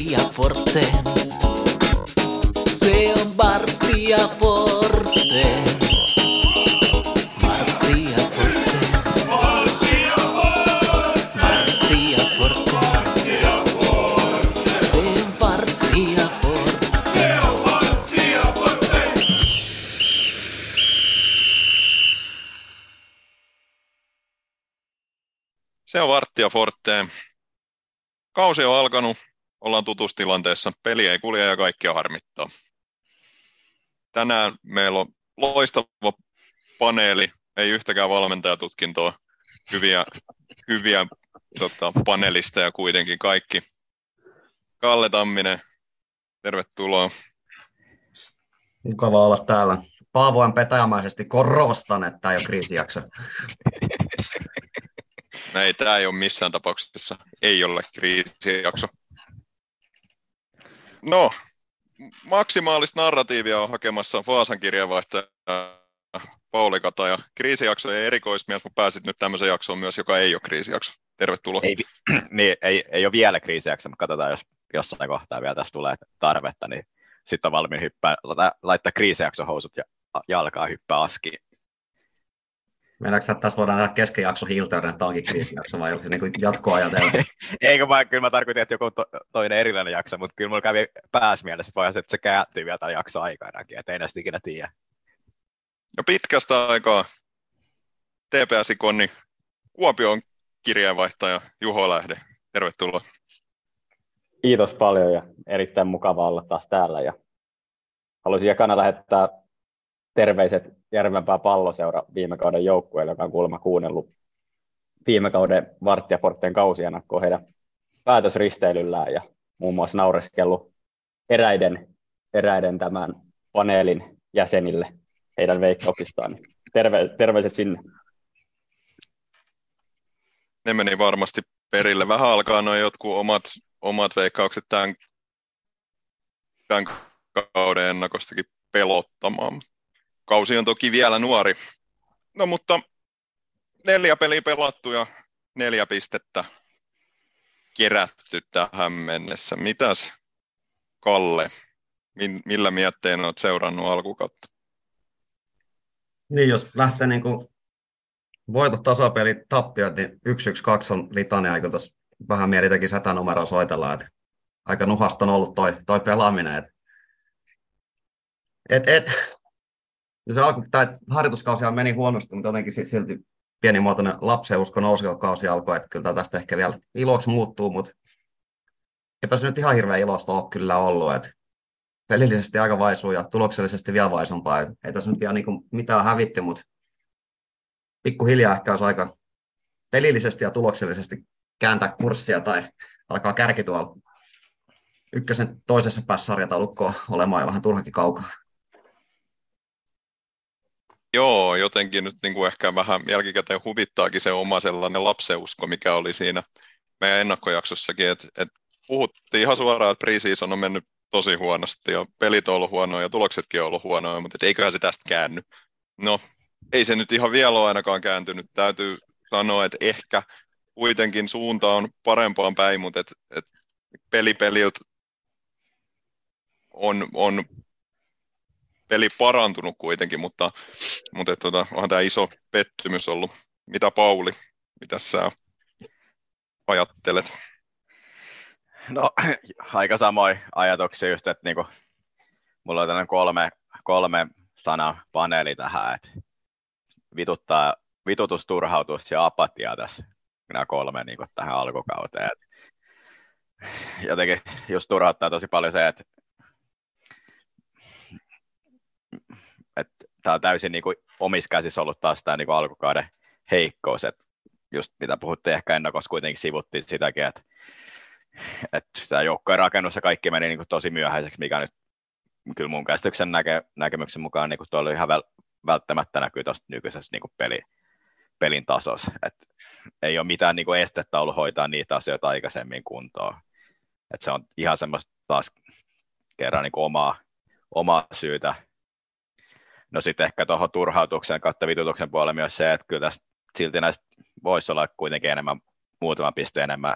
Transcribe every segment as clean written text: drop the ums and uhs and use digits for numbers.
ja Forte. Se on Martti ja Forte. Martti ja Forte. Martti ja Forte. Se on Martti ja Forte. Se on Vartti ja Forte. Kausi on alkanut, ollaan tutustilanteessa, peli ei kulje ja kaikkia harmittaa. Tänään meillä on loistava paneeli, ei yhtäkään valmentajatutkintoa, hyviä panelisteja kuitenkin kaikki. Kalle Tamminen, tervetuloa. Mukava olla täällä. Paavoin petäjämäisesti korostan, että tämä ei ole kriisijakso. Ei, tämä ei ole missään tapauksessa, ei ole kriisijakso. No, maksimaalista narratiivia on hakemassa Vaasan kirjeenvaihtaja Pauli Kataja. Kriisijakso ei erikoismies, mutta pääsit nyt tämmöisen jaksoon myös, joka ei ole kriisijakso. Tervetuloa. Ei ole vielä kriisijakso, mutta katsotaan, jos jossain kohtaa vielä tässä tulee tarvetta, niin sitten on valmiin laittaa kriisijaksohousut ja jalkaa hyppää askiin. Meinaatko, että tässä voidaan tehdä keskenjakso hiilteyden, että onkin kriisijakso, vai onko se niin jatkoa ajatella? Kyllä mä tarkoitin, että joku toinen erilainen jakso, mutta kyllä mulla kävi päässä mielessä, että se kääntyy vielä tämän jakson aikanakin, että ei näistä ikinä tiedä. Ja pitkästä aikaa TPS-ikoni Kuopion kirjeenvaihtaja Juho Lähde. Tervetuloa. Kiitos paljon ja erittäin mukava olla taas täällä. Ja haluaisin ekana lähettää terveiset Järvenpää Palloseura viime kauden joukkueelle, joka on kuulemma kuunnellut viime kauden Vartti ja Forten kausiennakkoa heidän päätösristeilyllään ja muun muassa naureskellut eräiden tämän paneelin jäsenille heidän veikkauksistaan. Terveiset sinne. Ne meni varmasti perille. Vähän alkaa noin jotkut omat veikkaukset tämän kauden ennakostakin pelottamaan. Kausi on toki vielä nuori. No mutta 4 peliä pelattu ja 4 pistettä kerätty tähän mennessä. Mitäs Kalle, millä miettein olet seurannut alkukautta? Niin, jos lähtee niin kuin voitot, tasapelit, tappiot, niin 1-1-2 on litania, kun tässä vähän mieli teki sätänumeroa soitellaan, että aika nuhasta on ollut toi pelaaminen. Se tämä harjoituskausi meni huonosti, mutta jotenkin silti pienimuotoinen lapsenusko nousikausi alkoi, että kyllä tästä ehkä vielä iloksi muuttuu, mutta eipä se nyt ihan hirveän ilosta ole kyllä ollut, että pelillisesti aika vaisua ja tuloksellisesti vielä vaisumpaa. Ei tässä nyt vielä niin mitään hävitty, mutta pikkuhiljaa ehkä olisi aika pelillisesti ja tuloksellisesti kääntää kurssia tai alkaa kärki tuolla ykkösen toisessa päässä sarjataulukkoa olemaan jo vähän turhakin kaukaa. Joo, jotenkin nyt niin kuin ehkä vähän jälkikäteen huvittaakin se oma sellainen lapseusko, mikä oli siinä meidän ennakkojaksossakin, että puhuttiin ihan suoraan, että pre-season on mennyt tosi huonosti ja pelit on ollut huonoja ja tuloksetkin on ollut huonoja, mutta eiköhän se tästä käänny. No, ei se nyt ihan vielä ole ainakaan kääntynyt. Täytyy sanoa, että ehkä kuitenkin suunta on parempaan päin, mutta peliltä on peli parantunut kuitenkin, mutta onhan tämä iso pettymys ollut. Mitä Pauli, mitä sä ajattelet? No, aika samoin ajatuksia just, että niinku, mulla on tällainen kolme sana paneeli tähän, että vitutus, turhautus ja apatia tässä, nämä 3 niinku, tähän alkukauteen. Jotenkin just turhauttaa tosi paljon se, että tämä on täysin niinku omissa käsissä ollut taas tämä niinku alkukauden heikkous, että just mitä puhuttiin ehkä ennakossa kuitenkin sivuttiin sitäkin, että tämä joukkojen rakennus ja kaikki meni niinku tosi myöhäiseksi, mikä nyt kyllä mun käsityksen näkemyksen mukaan niinku tuolla ihan välttämättä näkyy tuosta nykyisessä niinku pelin tasossa, että ei ole mitään niinku estettä ollut hoitaa niitä asioita aikaisemmin kuntoon, että se on ihan semmoista taas kerran niinku omaa syytä. No sitten ehkä tuohon turhautuksen kautta vitutuksen puolelle myös se, että kyllä tässä silti näistä voisi olla kuitenkin enemmän, muutama piste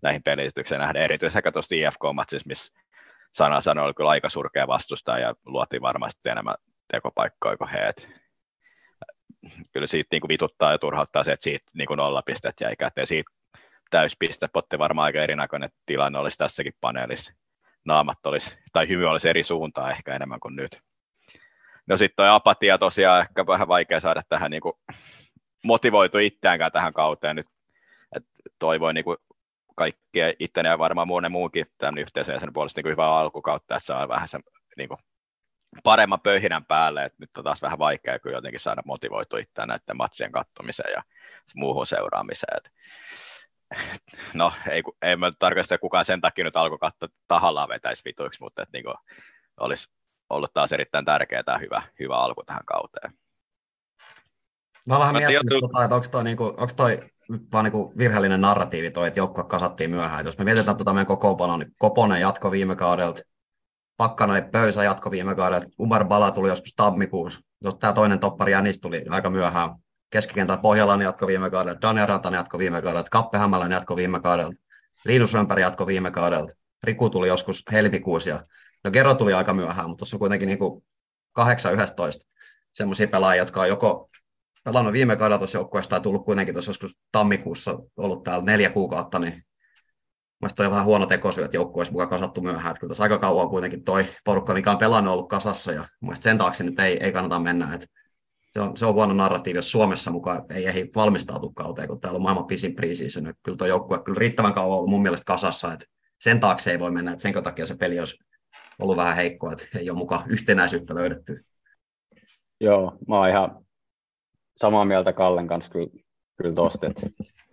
näihin peliesitykseen nähdä. Erityisesti tuossa IFK-matsissa, missä sana oli kyllä aika surkea vastustaja ja luotiin varmasti enemmän tekopaikkoja kuin he. Kyllä siitä niin kuin vituttaa ja turhauttaa se, että siitä niin kuin 0 pistet jäi käteen. Siitä täyspistepotti varmaan aika erinäköinen tilanne olisi tässäkin paneelissa. Naamat olisi, tai hymy olisi eri suuntaan ehkä enemmän kuin nyt. No sitten toi apatia tosiaan ehkä vähän vaikea saada tähän niin kuin motivoitu itseäänkään tähän kauteen nyt. Et toivoin niin kuin kaikkia itteni ja varmaan monen muunkin tämän yhteisön jäsenen puolesta niin kuin hyvää alkukautta, että saa vähän sen niin kuin paremman pöyhinän päälle, että nyt on taas vähän vaikea kyllä jotenkin saada motivoitua itseään näiden matsien katsomiseen ja muuhun seuraamiseen. No, ei mä tarkoita, että kukaan sen takia nyt alkukautta tahallaan vetäisi vituiksi, mutta että niin kuin olisi ollut taas erittäin tärkeää tämä hyvä alku tähän kauteen. Mä oon vähän miettinyt, että onko toi vaan niinku virheellinen narratiivi toi, että joukkue kasattiin myöhään. Et jos me mietitään meidän kokoonpanoa, niin Koponen jatko viime kaudelta, Pakkanen Pöysä jatko viime kaudelta, Umar Bala tuli joskus tammikuussa, jos tämä toinen toppari Jänis tuli aika myöhään. Keskikentältä Pohjalainen jatko viime kaudelta, Daniel Rantanen jatko viime kaudelta, Kappe Hämäläinen jatko viime kaudelta, Linus Römpäri jatko viime kaudelta, Riku tuli joskus helmikuussa ja no Gero tuli aika myöhään, mutta tuossa on kuitenkin niinku 8-11 semmoisia pelaajia, jotka on joko pelannut viime kaudella tuossa joukkueessa tai tullut kuitenkin tuossa joskus tammikuussa ollut täällä 4 kuukautta, niin mielestäni on vähän huono tekosyy, että joukkueessa mukaan kasattu myöhään. Että kyllä tässä aika kauan kuitenkin toi porukka, mikä on pelannut, ollut kasassa ja mielestäni sen taakse nyt ei kannata mennä. Että se on huono narratiivi, jos Suomessa mukaan ei ehdi valmistautua kauteen, kun täällä on maailman pisin preseason. Kyllä tuo joukkue kyllä riittävän kauan ollut mun mielestä kasassa, että sen taakse ei voi mennä, että sen takia se peli olisi ollut vähän heikkoa, että ei ole mukaan yhtenäisyyttä löydetty. Joo, mä oon ihan samaa mieltä Kallen kanssa kyllä tosta, että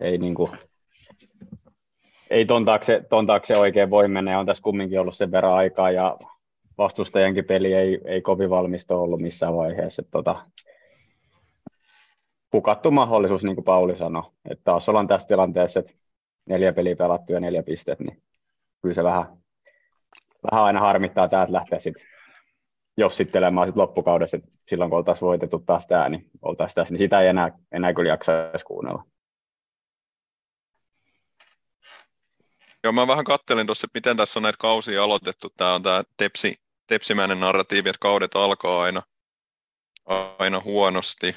ei ton taakse oikein voi mennä, ja on tässä kumminkin ollut sen verran aikaa, ja vastustajankin peli ei kovin valmista ollut missään vaiheessa. Hukattu mahdollisuus, niin kuin Pauli sanoi, että taas ollaan tässä tilanteessa, että 4 peliä pelattu ja 4 pistet, niin kyllä se vähän aina harmittaa täältä lähteä sitten jossittelemaan sit loppukaudessa, että silloin kun oltaisiin voitettu taas tämä, niin oltaisiin tässä, niin sitä ei enää kyllä jaksaisi kuunnella. Joo, mä vähän kattelin tuossa, että miten tässä on näitä kausia aloitettu. Tämä on tämä tepsimäinen narratiivi, että kaudet alkaa aina huonosti.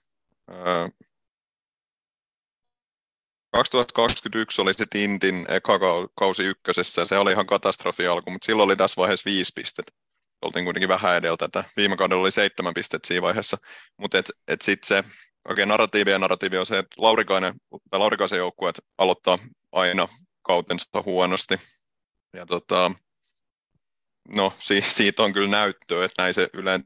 2021 oli sitten Intin eka kausi ykkösessä, ja se oli ihan katastrofi alku, mutta silloin oli tässä vaiheessa 5 pistettä. Oltiin kuitenkin vähän edellä tätä. Viime kaudella oli 7 pistettä siinä vaiheessa, mutta sitten se narratiivi on se, että Laurikaisen joukkueet aloittaa aina kautensa huonosti. Ja no, siitä on kyllä näyttöä, että näin se yleensä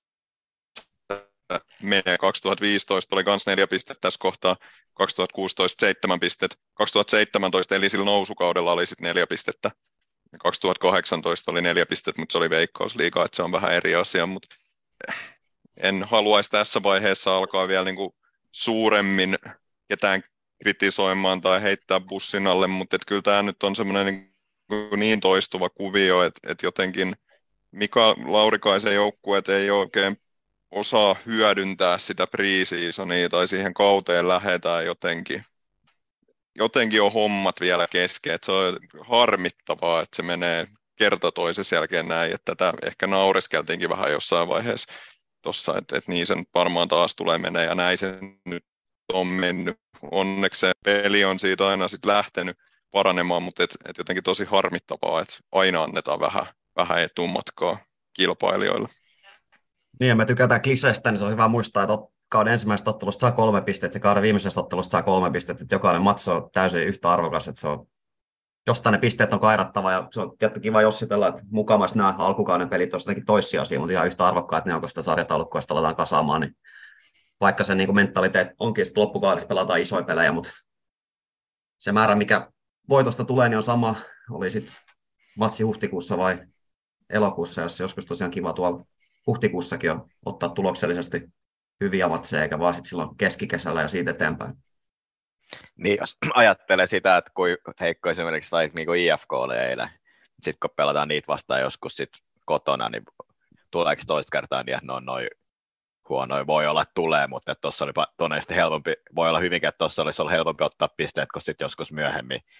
menee. 2015 oli myös 4 pistettä tässä kohtaa, 2016 7 pistettä, 2017 eli sillä nousukaudella oli sitten 4 pistettä. 2018 oli 4 pistettä, mutta se oli Veikkausliiga, että se on vähän eri asia, mutta en haluaisi tässä vaiheessa alkaa vielä niin kuin suuremmin ketään kritisoimaan tai heittää bussin alle, mutta kyllä tämä nyt on semmoinen niin toistuva kuvio, että jotenkin Mika Laurikaisen joukkueet ei oikein osaa hyödyntää sitä pre-seasonia tai siihen kauteen lähdetään jotenkin on hommat vielä kesken, että se on harmittavaa, että se menee kerta toisessa jälkeen näin, että tätä ehkä naureskeltiinkin vähän jossain vaiheessa tuossa, että niin sen varmaan taas tulee menee ja näin se nyt on mennyt. Onneksi se peli on siitä aina sit lähtenyt paranemaan, mutta et jotenkin tosi harmittavaa, että aina annetaan vähän etumatkaa kilpailijoille. Niin, ja me tykätään kliseistä, niin se on hyvä muistaa, että kauden ensimmäisestä ottelusta saa 3 pistettä ja kauden viimeisestä ottelusta saa 3 pistettä, että jokainen matsi on täysin yhtä arvokas, että se on jostain ne pisteet on kairattava ja se on kiva jossitella, että mukamas nämä alkukauden pelit on jotenkin toissijaisia, mutta ihan yhtä arvokkaa, että ne on, kun sitä sarjataulukkoista aletaan kasaamaan, niin vaikka se niin mentaliteetti onkin, että loppukaudessa pelataan isoja pelejä, mutta se määrä, mikä voitosta tulee, niin on sama, oli sitten matsi huhtikuussa vai elokuussa, jos joskus tosiaan kiva tuolla huhtikuussakin on ottaa tuloksellisesti hyviä matseja, eikä vaan sitten silloin keskikesällä ja siitä eteenpäin. Niin, jos ajattelee sitä, että kuin heikko esimerkiksi vaikka niin kuin IFK oli eilen, sitten kun pelataan niitä vastaan joskus sit kotona, niin tuleeko toista kertaa niin, että ne on noin huonoja, voi olla, että tulee, mutta tuossa oli todennäköisesti helpompi, voi olla hyvinkin, että tuossa olisi ollut helpompi ottaa pisteet, kun sitten joskus myöhemmin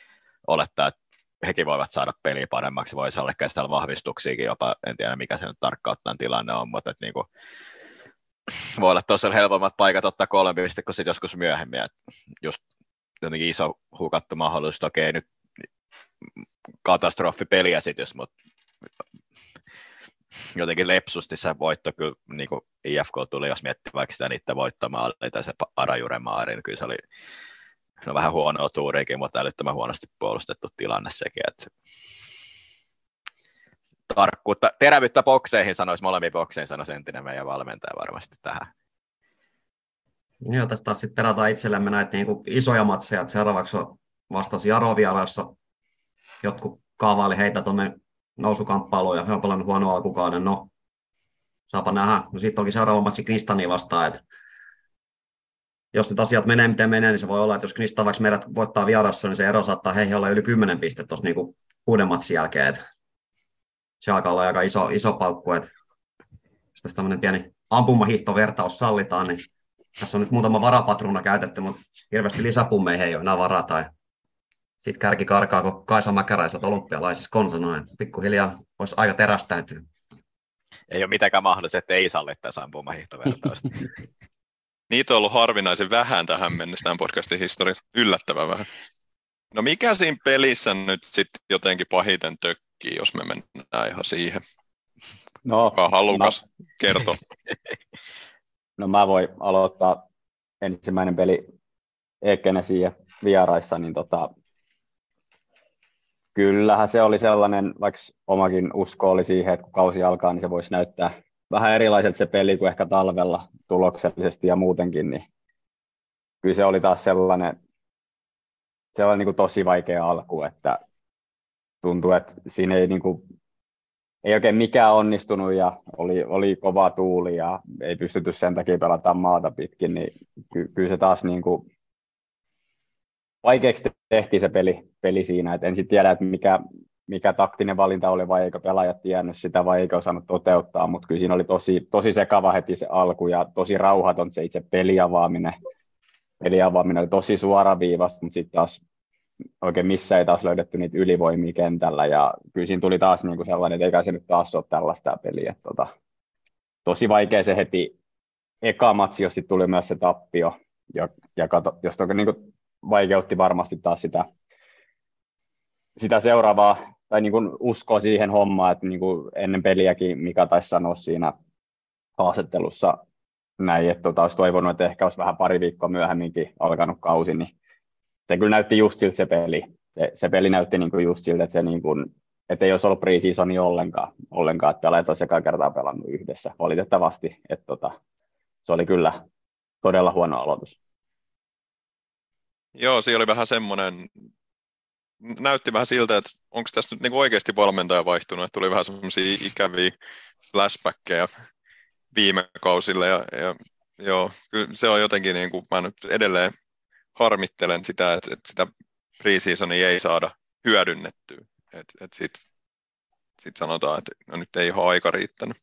olettaa, että hekin voivat saada peliä paremmaksi, voisi olla kesällä vahvistuksiakin jopa, en tiedä mikä se nyt tarkkaan ottaen tilanne on, mutta että niinku, voi olla tosiaan helpommat paikat ottaa 3 pistettä kuin sitten joskus myöhemmin, että just jotenkin iso hukattu mahdollisuus, okei nyt katastrofipeliä sitten, mutta jotenkin lepsusti se voitto kyllä niin kuin IFK tuli, jos miettii vaikka sitä niiden voittomaali tai se Arajure-maari, niin kyllä se oli vähän huonoa tuuriikin, mutta älyttömän huonosti puolustettu tilanne sekin. Että tarkkuutta, terävyyttä bokseihin sanoisi, molempiin bokseihin sanoisi entinen meidän valmentaja varmasti tähän. Joo, tästä taas sitten perataan itsellemme näitä niin kuin isoja matseja, että seuraavaksi vastasi Jaro vieraissa, jotkut kaavaili heitä tuonne nousukamppailuun ja he on pelannut huono alkukauden. No, saapa nähdä. No sitten onkin seuraava matsi Kristania vastaan, että jos nyt asiat menee miten menee, niin se voi olla, että jos Krista vaikka meidät voittaa vierassa, niin se ero saattaa heihin olla yli 10 pistettä tuossa niin 6 matsin jälkeen. Että se alkaa olla aika iso paukku, että jos tässä tämmöinen pieni ampumahihtovertaus sallitaan, niin tässä on nyt muutama varapatruuna käytetty, mutta hirveästi lisäpummeja ei ole enää varaa. Tai sitten kärki karkaa, kun Kaisa Mäkäräiset olympialaisissa konsonoi. Pikkuhiljaa olisi aika terästäytyä. Ei ole mitenkään mahdollista, että ei sallittaisi ampumahihtovertausta. Niitä on ollut harvinaisen vähän tähän mennessä tämän podcastin historiassa. Yllättävän vähän. No mikä siinä pelissä nyt sitten jotenkin pahiten tökkii, jos me mennään ihan siihen? No, halukas kertoa. No mä voin aloittaa ensimmäinen peli Ekenesiin vieraissa, niin kyllähän se oli sellainen, vaikka omakin usko oli siihen, että kun kausi alkaa, niin se voisi näyttää vähän erilaiselta se peli kuin ehkä talvella tuloksellisesti ja muutenkin, niin kyllä se oli taas sellainen niin kuin tosi vaikea alku, että tuntui, että siinä ei oikein mikään onnistunut ja oli kova tuuli ja ei pystytty sen takia pelataan maata pitkin, niin kyllä se taas niin kuin vaikeaksi tehtiin se peli siinä, että en sitten tiedä, että mikä taktinen valinta oli vai eikö pelaajat tiennyt sitä vai eikö osannut toteuttaa, mutta kyllä siinä oli tosi sekava heti se alku ja tosi rauhaton se itse peliavaaminen oli tosi suoraviivasta, mutta sitten taas oikein missä ei taas löydetty niitä ylivoimia kentällä ja kyllä siinä tuli taas niinku sellainen, että eikä se nyt taas ole tällaista peliä. Että tosi vaikea se heti eka matsi, jos sitten tuli myös se tappio ja josta niinku vaikeutti varmasti taas sitä seuraavaa tai niinku uskoa siihen hommaan, että niinku ennen peliäkin Mika taisi sanoa siinä haastattelussa näin, että olisi toivonut, että ehkä olisi vähän pari viikkoa myöhemminkin alkanut kausi, niin se kyllä näytti just siltä se peli. Se peli näytti niinku just siltä, että, että ei olisi ollut pre-seasonia ollenkaan, että olet olisi ekaa kertaa pelannut yhdessä, valitettavasti. Että se oli kyllä todella huono aloitus. Joo, siinä oli vähän semmoinen, näytti vähän siltä, että onko tässä nyt niinku oikeasti valmentaja vaihtunut, että tuli vähän semmoisia ikäviä flashbackkejä viime kausille ja joo, kyllä se on jotenkin, niin kuin mä nyt edelleen harmittelen sitä, että sitä pre-seasonia ei saada hyödynnettyä. Sitten sanotaan, että no nyt ei ihan aika riittänyt.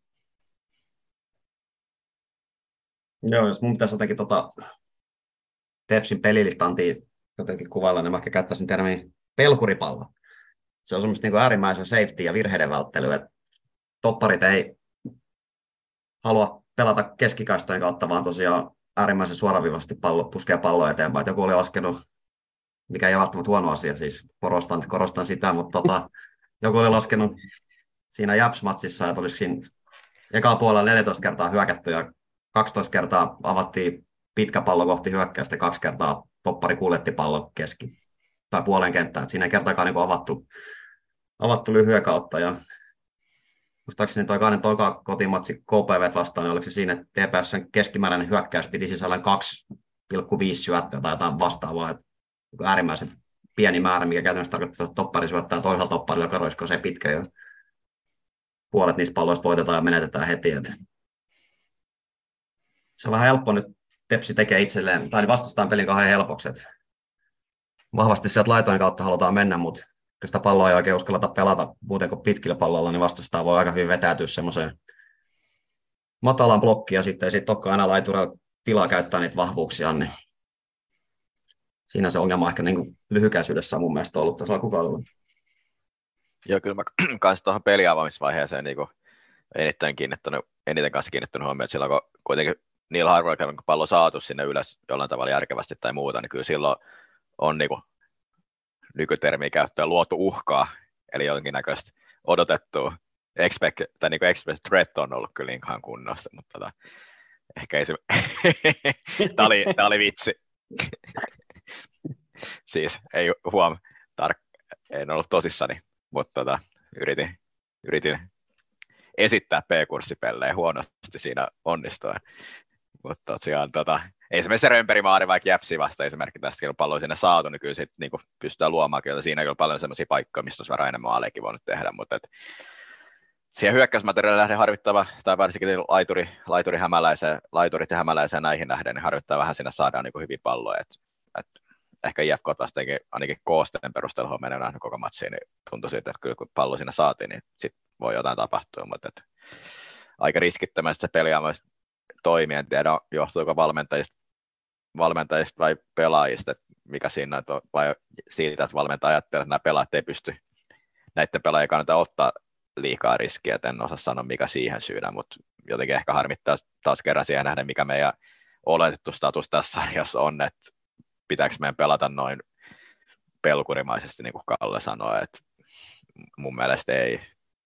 Joo, jos mun pitäisi jotenkin Tepsin pelilistantia jotenkin kuvailla, niin mä ehkä käyttäisin termiä pelkuripallo. Se on semmoista niin kuin äärimmäisen safety ja virheiden välttelyä, että topparit ei halua pelata keskikaistojen kautta, vaan tosiaan äärimmäisen suoraviivasti puskee palloa eteenpäin. Joku oli laskenut, mikä ei ole välttämättä huono asia, siis korostan sitä, mutta joku oli laskenut siinä Japs-matsissa, että olisi siinä ekaa puolella 14 kertaa hyökätty ja 12 kertaa avattiin pitkä pallo kohti hyökkäystä, 2 kertaa toppari kuljetti pallon keski tai puolen kenttään. Siinä ei kertaakaan niin avattu lyhyen kautta. Ja muistaakseni tuo toka kotimatsi KPV vastaan, niin oliko se siinä, että TPS:n keskimääräinen hyökkäys piti sisällään 2,5 syöttöä tai jotain vastaavaa. Että äärimmäisen pieni määrä, mikä käytännössä tarkoittaa, että toppari syöttää toisella topparilla, joka roiskoo se pitkä. Ja puolet niistä palloista voitetaan ja menetetään heti. Että se on vähän helppo nyt. Tepsi tekee itselleen, tai vastustaan pelin kauhean helpoksi. Vahvasti sieltä laitojen kautta halutaan mennä, mutta kun sitä palloa ei oikein uskalleta pelata muuten kuin pitkillä pallolla, niin vastustaa voi aika hyvin vetäytyä semmoiseen matalaan blokkiin, ja sitten ei siitä olekaan aina laiturilla tilaa käyttää niitä vahvuuksia, niin siinä se ongelma ehkä niin kuin lyhykäisyydessä on mun mielestä ollut tässä alkukaudella. Joo, kyllä mä kanssa tuohon peliavaamisvaiheeseen niin eniten kanssa kiinnittänyt huomioon, että silloin kun kuitenkin niillä harvoilla, kun pallo saatu sinne ylös jollain tavalla järkevästi tai muuta, niin kyllä silloin on niin kuin nykytermiä käyttöön luotu uhkaa, eli jonkinnäköistä odotettua expect threat on ollut kyllä ihan kunnossa, mutta ehkä ei se, tämä oli vitsi. Siis ei en ollut tosissani, mutta yritin esittää P-kurssipellejä huonosti siinä onnistuen. Mutta tosiaan esimerkiksi se römperimaari vaikka Jäpsi vasta esimerkiksi tästä kun pallo sinne saatu, niin kyllä sit, niin pystytään luomaan kyllä siinä kyllä paljon sellaisia paikkoja, mistä olisi vähän enemmän maaleekin voinut tehdä, mutta siihen hyökkäysmateriaalin nähden harvittava, tai varsinkin laiturit ja hämäläiseen näihin nähden, niin harvittaa vähän siinä saadaan niin hyvin palloja. Ehkä IFK vastaankin ainakin koosteen perusteella on mennyt koko matsiin, niin tuntui siitä, että kyllä kun pallo siinä saatiin, niin sitten voi jotain tapahtua, mutta aika riskittömästi se peli toimii, en tiedä johtuuko valmentajista vai pelaajista, että mikä siinä on, vai siitä, että valmentaja ajattelee, että nämä pelaajat ei pysty, näiden pelaajien kannata ottaa liikaa riskiä, että en osaa sanoa mikä siihen syynä, mutta jotenkin ehkä harmittaa taas kerran siihen nähdä, mikä meidän oletettu status tässä sarjassa on, että pitääkö meidän pelata noin pelkurimaisesti, niin kuin Kalle sanoi, että mun mielestä ei.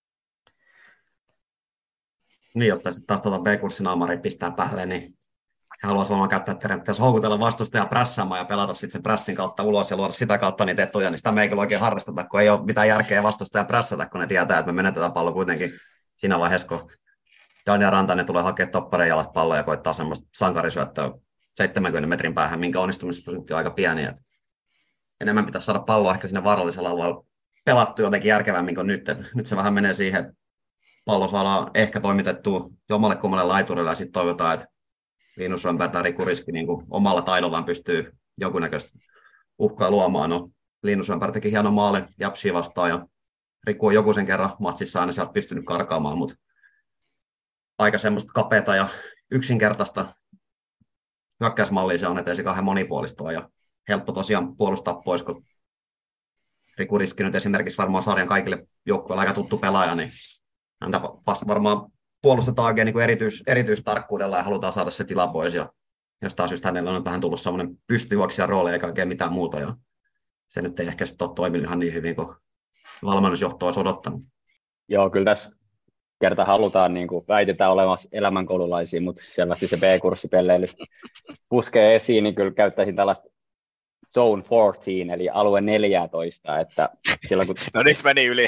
Niin, jos tässä taas B-kurssin aamari pistää päälle, niin he haluaisi varmaan käyttää termiä, jos houkutella vastustajaa prässäämään ja pelata sitten sen prässin kautta ulos ja luoda sitä kautta niitä etuja, niin sitä me ei kyllä oikein harrasteta, kun ei ole mitään järkeä vastustajaa prässätä, kun ne tietää, että me menetetään pallo kuitenkin siinä vaiheessa, kun Daniel Rantanen tulee hakemaan toppareen jalasta palloa ja koittaa semmoista sankarisyöttöä 70 metrin päähän, minkä onnistumisprosentti on aika pieni. Että enemmän pitäisi saada palloa ehkä sinne vaarallisella alueella pelattu jotenkin järkevämmin kuin nyt. Että nyt se vähän menee siihen, että pallo saadaan ehkä toimitettua jommalle kummalle laiturille ja sitten toivotaan, että Linus Rönnberg tai Riku Riski niin kuin omalla taidollaan pystyy jonkunnäköistä uhkaa luomaan. No, Linus Rönnberg teki hienon maalin Japsia vastaan ja Riku on joku sen kerran matsissa aina sieltä pystynyt karkaamaan, mutta aika semmoista kapeata ja yksinkertaista hyökkäysmallia se on, että ei se kahden monipuolistoa ja helppo tosiaan puolustaa pois, kun Riku Riski nyt esimerkiksi varmaan sarjan kaikille joukkueille aika tuttu pelaaja, niin häntä vasta varmaan puolustetaan oikein niin erityistarkkuudella ja halutaan saada se tila pois. Ja jostain syystä hänellä on vähän tullut semmoinen pystyjuoksijan rooli eikä oikein mitään muuta. Ja se nyt ei ehkä sitten ole toiminut ihan niin hyvin kuin valmennusjohto olisi odottanut. Joo, kyllä tässä kerta halutaan, niin kuin väitetään olemassa elämänkoululaisia, mutta selvästi se B-kurssipelleily puskee esiin, niin kyllä käyttäisin tällaista Zone 14, eli alue 14, että silloin kun no nyt meni yli.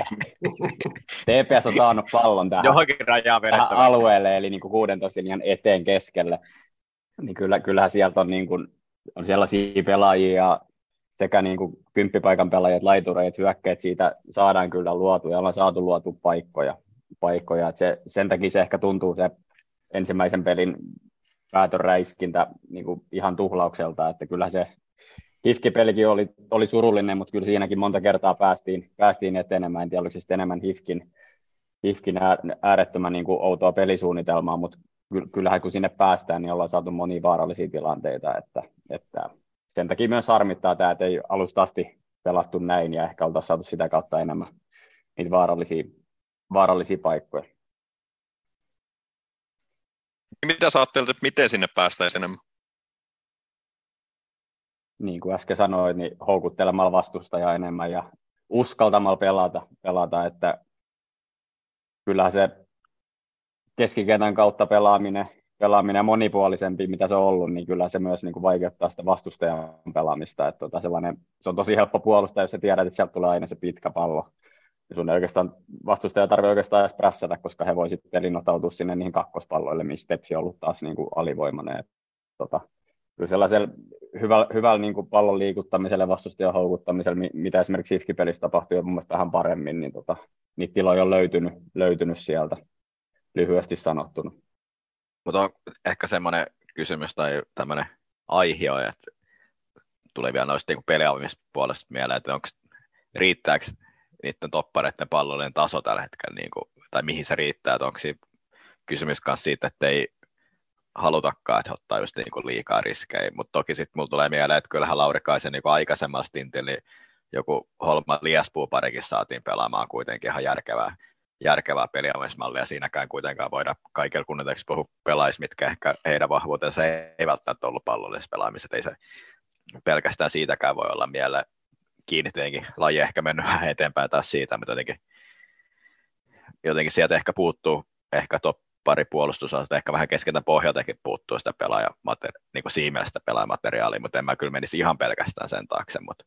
TPS on saanut pallon tähän alueelle, eli niin kuin 16 linjan eteen keskelle, niin kyllähän sieltä on, niin kuin, on sellaisia pelaajia, sekä niin kuin kymppipaikan pelaajat, laitureet, hyökkäät, siitä saadaan kyllä luotu, ja ollaan saatu luotu paikkoja. Että sen takia se ehkä tuntuu se ensimmäisen pelin päätönräiskintä niin kuin ihan tuhlaukselta, että kyllä se HIFK-pelikin oli surullinen, mutta kyllä siinäkin monta kertaa päästiin etenemään. En tiedä, oliko se sitten enemmän HIFKin äärettömän niin kuin outoa pelisuunnitelmaa, mutta kyllähän kun sinne päästään, niin ollaan saatu monia vaarallisia tilanteita. Että sen takia myös harmittaa tämä, että ei alusta asti pelattu näin ja ehkä oltaisiin saatu sitä kautta enemmän niitä vaarallisia paikkoja. Mitä sä ajattelet, että miten sinne päästäisiin enemmän? Niin kuin äsken sanoin, niin houkuttelemalla vastustajaa enemmän ja uskaltamalla pelata, että kyllähän se keskikentän kautta pelaaminen monipuolisempi, mitä se on ollut, niin kyllä se myös niin kuin vaikeuttaa sitä vastustajan pelaamista. Että se on tosi helppo puolustaa, jos sä tiedät, että sieltä tulee aina se pitkä pallo. Ja sun ei oikeastaan vastustaja tarvitse oikeastaan edes prässätä, koska he voi sitten pelinotautua sinne niihin kakkospalloille, missä Tepsi on ollut taas niin kuin alivoimainen. Kyllä sellaisella hyvällä niin kuin pallon liikuttamiselle, vastustajan houkuttamiselle, mitä esimerkiksi HIFK-pelissä tapahtui jo mun mielestä vähän paremmin, niin niitä tiloja on löytynyt sieltä, lyhyesti sanottuna. Mutta on ehkä semmoinen kysymys tai tämmöinen aihio, että tulee vielä noista niin peliavamispuolesta mieleen, että riittääkö niiden toppareiden pallollinen taso tällä hetkellä, niin kuin, tai mihin se riittää, että onko siinä kysymys myös siitä, että ei halutakaan, että he ottaa just niin kuin liikaa riskejä, mutta toki sitten mulla tulee mieleen, että kyllähän Laurikaisen niin aikaisemmalla stintillä niin joku Holma Liespuu-parikin saatiin pelaamaan kuitenkin ihan järkevää peliamismallia. Siinäkään kuitenkaan voida kaikilla kunnioiteksi puhua pelaajista, mitkä ehkä heidän vahvuutensa ei välttämättä ollut pallollisessa pelaamisessa. Ei se pelkästään siitäkään voi olla mieleen kiinni. Tietenkin laji ehkä mennyt vähän eteenpäin taas siitä, mutta jotenkin sieltä ehkä puuttuu ehkä pari puolustusalasta, ehkä vähän keskeltä pohjaltakin puuttuu sitä niin siimeleistä pelaajamateriaalia, mutta en mä kyllä menisi ihan pelkästään sen taakse, mutta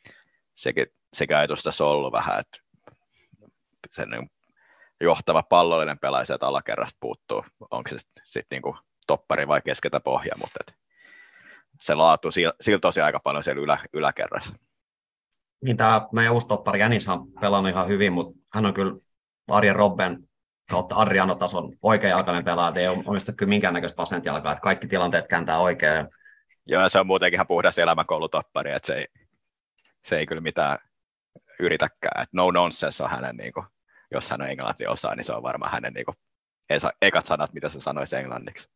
sekin ajatus tässä on ollut vähän, että sen johtava pallollinen pelaaja sieltä alakerrasta puuttuu, onko se sitten niin toppari vai keskeltä pohja, mutta se laatu sillä tosiaan aika paljon siellä yläkerrassa. Niin tämä meidän uusi toppari Jänis on pelannut ihan hyvin, mutta hän on kyllä Arjen Robben kautta Adriano-tason oikea-jalkainen pelaaja, ei omista kyllä minkäännäköistä vasentjalkaa, että kaikki tilanteet kääntää oikein. Joo, ja se on muutenkin ihan puhdas elämänkoulutoppari, että se ei kyllä mitään yritäkään, että no nonsense on hänen, niin kuin, jos hän on englantia osaa, niin se on varmaan hänen niin kuin, ekat sanat, mitä se sanoisi englanniksi.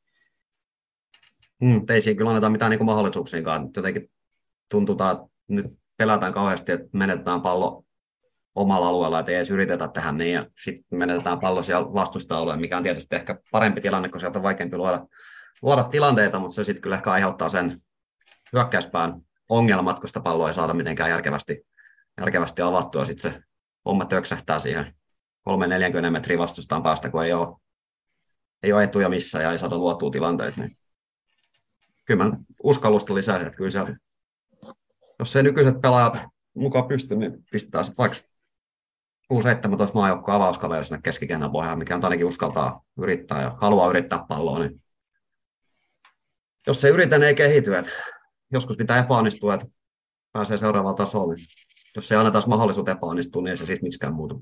Ei siinä kyllä anneta mitään niin mahdollisuuksiinkaan, jotenkin tuntuu, että nyt pelätään kauheasti, että menetetään pallo omalla alueella, että ei edes yritetä tehdä niin, ja sitten menetetään pallo siellä vastustajalueella, mikä on tietysti ehkä parempi tilanne, kun sieltä on vaikeampi luoda tilanteita, mutta se sitten kyllä ehkä aiheuttaa sen hyökkäyspään ongelmat, kun sitä palloa ei saada mitenkään järkevästi avattua, sitten se homma töksähtää siihen 3-40 metriä vastustaan päästä, kun ei ole etuja missään ja ei saada luotua tilanteita, niin kyllä mä uskallusta lisäisin, että kyllä siellä, jos ei nykyiset pelaajat mukaan pysty, niin pistetään sitten vaikka 6-17 maajoukkoa avauskaveri sinne keskikentän pohjaan, mikä on ainakin uskaltaa yrittää ja haluaa yrittää palloa, niin jos ei yritä, niin ei kehity. Että joskus pitää epäonnistua, että pääsee seuraavaan tasolle. Niin jos ei anneta mahdollisuutta epäonnistua, niin ei se siitä miksikään muutu.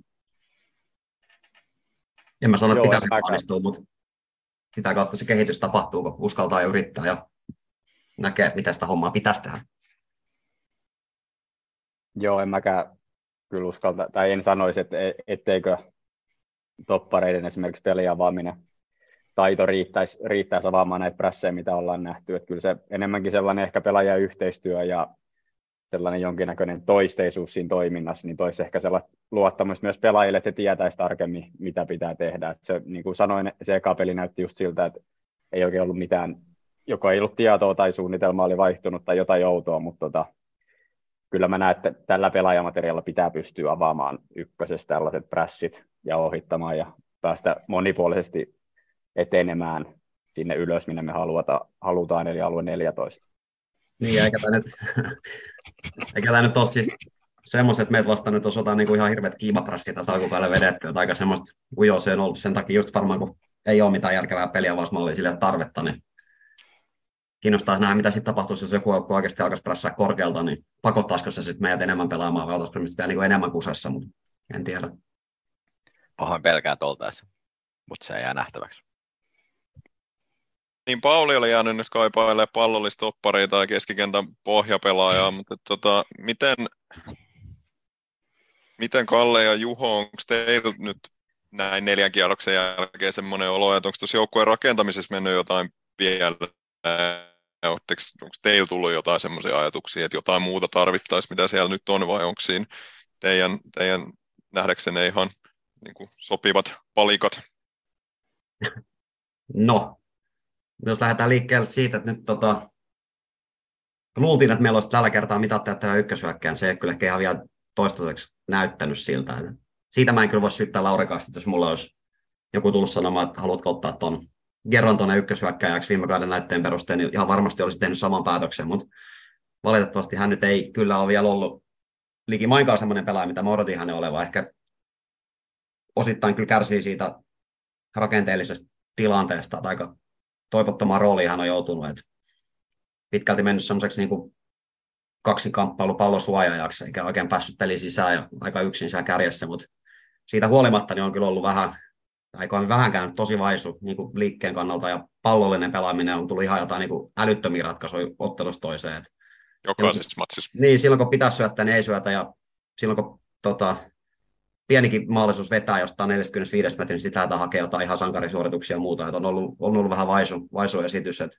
En mä sano, että pitäisi epäonnistua, mutta sitä kautta se kehitys tapahtuu, kun uskaltaa ja yrittää ja näkee, mitä sitä hommaa pitäisi tehdä. Joo, en mäkään kyllä uskalta, tai en sanoisi, että etteikö toppareiden esimerkiksi peliavaaminen taito riittäisi avaamaan näitä prässejä, mitä ollaan nähty. Että kyllä se enemmänkin sellainen ehkä pelaajan yhteistyö ja sellainen jonkinnäköinen toisteisuus siinä toiminnassa, niin toisi ehkä sellaista luottamusta myös pelaajille, että he tietäisi tarkemmin, mitä pitää tehdä. Että se, niin kuin sanoin, se eka peli näytti just siltä, että ei oikein ollut mitään, joko ei ollut tietoa tai suunnitelma oli vaihtunut tai jotain outoa, mutta kyllä mä näen, että tällä pelaajamateriaalilla pitää pystyä avaamaan ykkösestä tällaiset prässit ja ohittamaan ja päästä monipuolisesti etenemään sinne ylös, minne me halutaan, eli alue 14. Niin, eikä tämä nyt ole siis semmoista, että meitä vastaan nyt osataan niin kuin ihan hirveät kiimaprassia tässä alkukaudella vedettyä, että aika semmoista ujoa se on ollut sen takia just varmaan, kun ei ole mitään järkevää peliavausmallia sille tarvetta, niin kiinnostaa nähdä, mitä sitten tapahtuisi, jos joku oikeasti alkaisi prässää korkealta, niin pakottaisiko se sitten meidät enemmän pelaamaan, vai olisiko vielä niin kuin enemmän kusessa, mutta en tiedä. Pahoin pelkään toltaessa, mutta se jää nähtäväksi. Niin Pauli oli jäänyt nyt kaipailemaan pallollistopparia tai keskikentän pohjapelaajaa, mutta miten Kalle ja Juho, onko teillä nyt näin 4 kierroksen jälkeen semmoinen olo, että onko tuossa joukkueen rakentamisessa mennyt jotain vielä? Onko teillä tullut jotain semmoisia ajatuksia, että jotain muuta tarvittaisiin, mitä siellä nyt on, vai onko siinä teidän nähdäksenne ihan niin kuin sopivat palikat? No, jos lähdetään liikkeelle siitä, että nyt luultiin, että meillä olisi tällä kertaa mitattajat tämä ykkösyökkään, se ei kyllä ehkä ihan vielä toistaiseksi näyttänyt siltä. Siitä mä en kyllä voi syyttää Laurikasta, jos mulla olisi joku tullut sanomaan, että haluatko ottaa tuon Gerron tuonne ykkösyökkääjäksi viime kauden näytteen perusteella, niin ihan varmasti olisi tehnyt saman päätöksen, mutta valitettavasti hän nyt ei kyllä ole vielä ollut likimainkaan semmoinen pelaaja, mitä mä odotin hänen olevan. Ehkä osittain kyllä kärsii siitä rakenteellisesta tilanteesta, että aika toivottomaan rooliin hän on joutunut, että pitkälti mennyt semmoiseksi niin kuin kaksinkamppailu pallosuojaajaksi, eikä oikein päässyt peliin sisään ja aika yksin siellä kärjessä, mutta siitä huolimatta niin on kyllä ollut vähän käynyt tosi vaisu niin kuin liikkeen kannalta, ja pallollinen pelaaminen on tullut ihan jotain niin kuin älyttömiä ratkaisuja ottelusta toiseen. Jokaisessa matsissa. Niin, silloin kun pitäisi syöttää, niin ei syötä, ja silloin kun pienikin mahdollisuus vetää jostain 45 metrin, niin sitten lähdetään hakemaan jotain ihan sankarisuorituksia ja muuta. Että on ollut vähän vaisu esitys. Että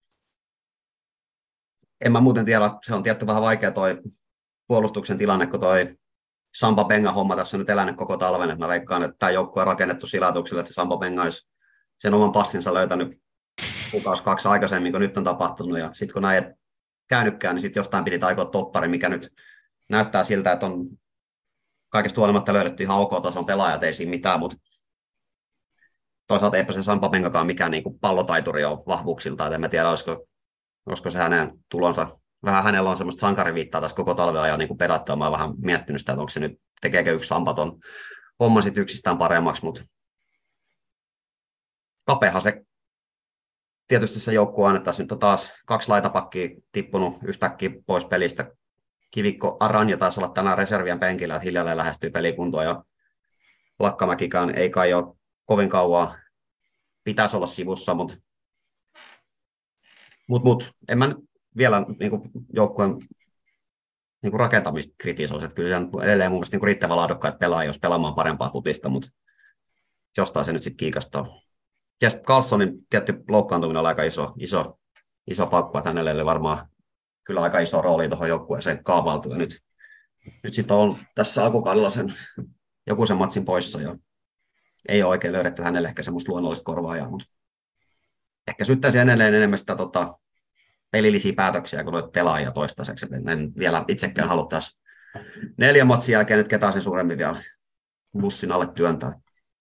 en mä muuten tiedä, se on tietty vähän vaikea toi puolustuksen tilanne, kun toi Sampa Benga-homma tässä on nyt elänyt koko talven. Että mä veikkaan, että tämä joukkue on rakennettu sillä ajatuksella, että Sampa Benga olisi sen oman passinsa löytänyt kuukausi 2 aikaisemmin, kun nyt on tapahtunut. Ja sitten kun näin ei käynytkään, niin sitten jostain piti taikoa toppari, mikä nyt näyttää siltä, että on kaikesta huolimatta löydetty ihan OK-tason pelaajat, ei siinä mitään, mutta toisaalta eipä se Sampa Bengakaan mikään niin kuin pallotaituri ole vahvuuksilta, että en mä tiedä, olisiko se hänen tulonsa, vähän hänellä on semmoista sankariviittaa tässä koko talvea ja niin pedattua, mä oon vähän miettinyt sitä, että onko se nyt, tekeekö yksi Sampaton homma sitten yksistään paremmaksi, mutta kapeahan se tietysti se joukkue on, että tässä nyt on taas 2 laitapakkia tippunut yhtäkkiä pois pelistä. Kivikko Aranja taisi olla tänään reservien penkillä, että hiljalleen lähestyy pelikuntoa ja Lakkamäkikään ei kai ole kovin kauan, pitäisi olla sivussa, mutta en mä nyt vielä niin joukkueen niin rakentamista kritisoisi, että kyllä se edelleen mun mielestä niin riittävän laadukkaita pelaajia, jos pelaamaan parempaa futista, mutta jostain se nyt sitten kiikastaa. Ja Carlsonin tietty loukkaantuminen on aika iso paukku, että hänelle varmaan kyllä aika iso rooli tuohon joukkueeseen kaavailtu. Ja nyt sitten on tässä alkukaudella joku sen matsin poissa ja ei ole oikein löydetty hänelle ehkä semmoista luonnollista korvaajaa, mutta ehkä syyttäisi edelleen enemmän sitä pelillisiä päätöksiä kuin noita pelaajia toistaiseksi. En vielä itsekään haluttaisi 4 matsin jälkeen nyt ketään sen suuremmin vielä bussin alle työntää.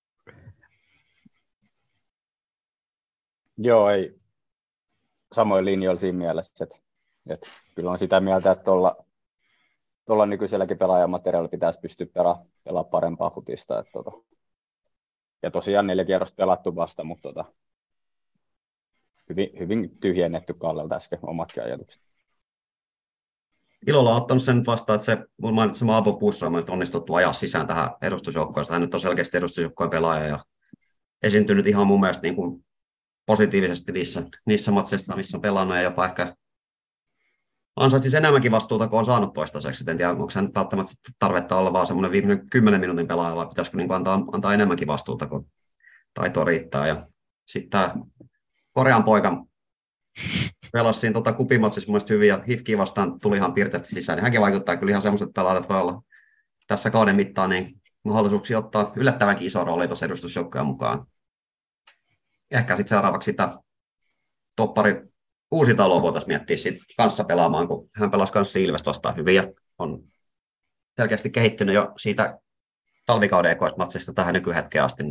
Joo, ei samoin linjoilla siinä mielessä, että kyllä on sitä mieltä, että tuolla nykyiselläkin pelaajamateriaalilla pitäisi pystyä pelaamaan parempaa futista. Ja tosiaan 4 kierrosta pelattu vasta, mutta hyvin tyhjennetty Kallelta äsken omatkin ajatukset. Ilolla on ottanut sen vastaan, että se mainitsema Abo Puussalma nyt onnistuttu ajaa sisään tähän edustusjoukkoon. Hän nyt on selkeästi edustusjoukkojen pelaaja ja esiintynyt ihan mun mielestä niin kuin positiivisesti niissä matseissa, missä on pelannut ja jopa ehkä ansaitsisi enemmänkin vastuuta, kun on saanut toistaiseksi. En tiedä, onko hän välttämättä tarvetta olla vaan semmoinen viimeinen 10 minuutin pelaaja, vai pitäisikö niin antaa enemmänkin vastuuta, kun taito riittää. Ja sitten tämä Korean poika pelasi siinä kupimatsissa mun mielestä hyvin, ja Hifkiä vastaan tuli ihan piirteesti sisään. Niin hänkin vaikuttaa kyllä ihan semmoiset pelaajat, voi olla tässä kauden mittaan niin mahdollisuuksia ottaa yllättävänkin iso rooli tuossa edustusjoukkojen mukaan. Ehkä sitten seuraavaksi sitä toppari Uusitaloa voitaisiin miettiä sitten kanssa pelaamaan, kun hän pelasi kanssa Ilves vastaan hyvin ja on selkeästi kehittynyt jo siitä talvikauden ekoista matsista tähän nykyhetkeen asti.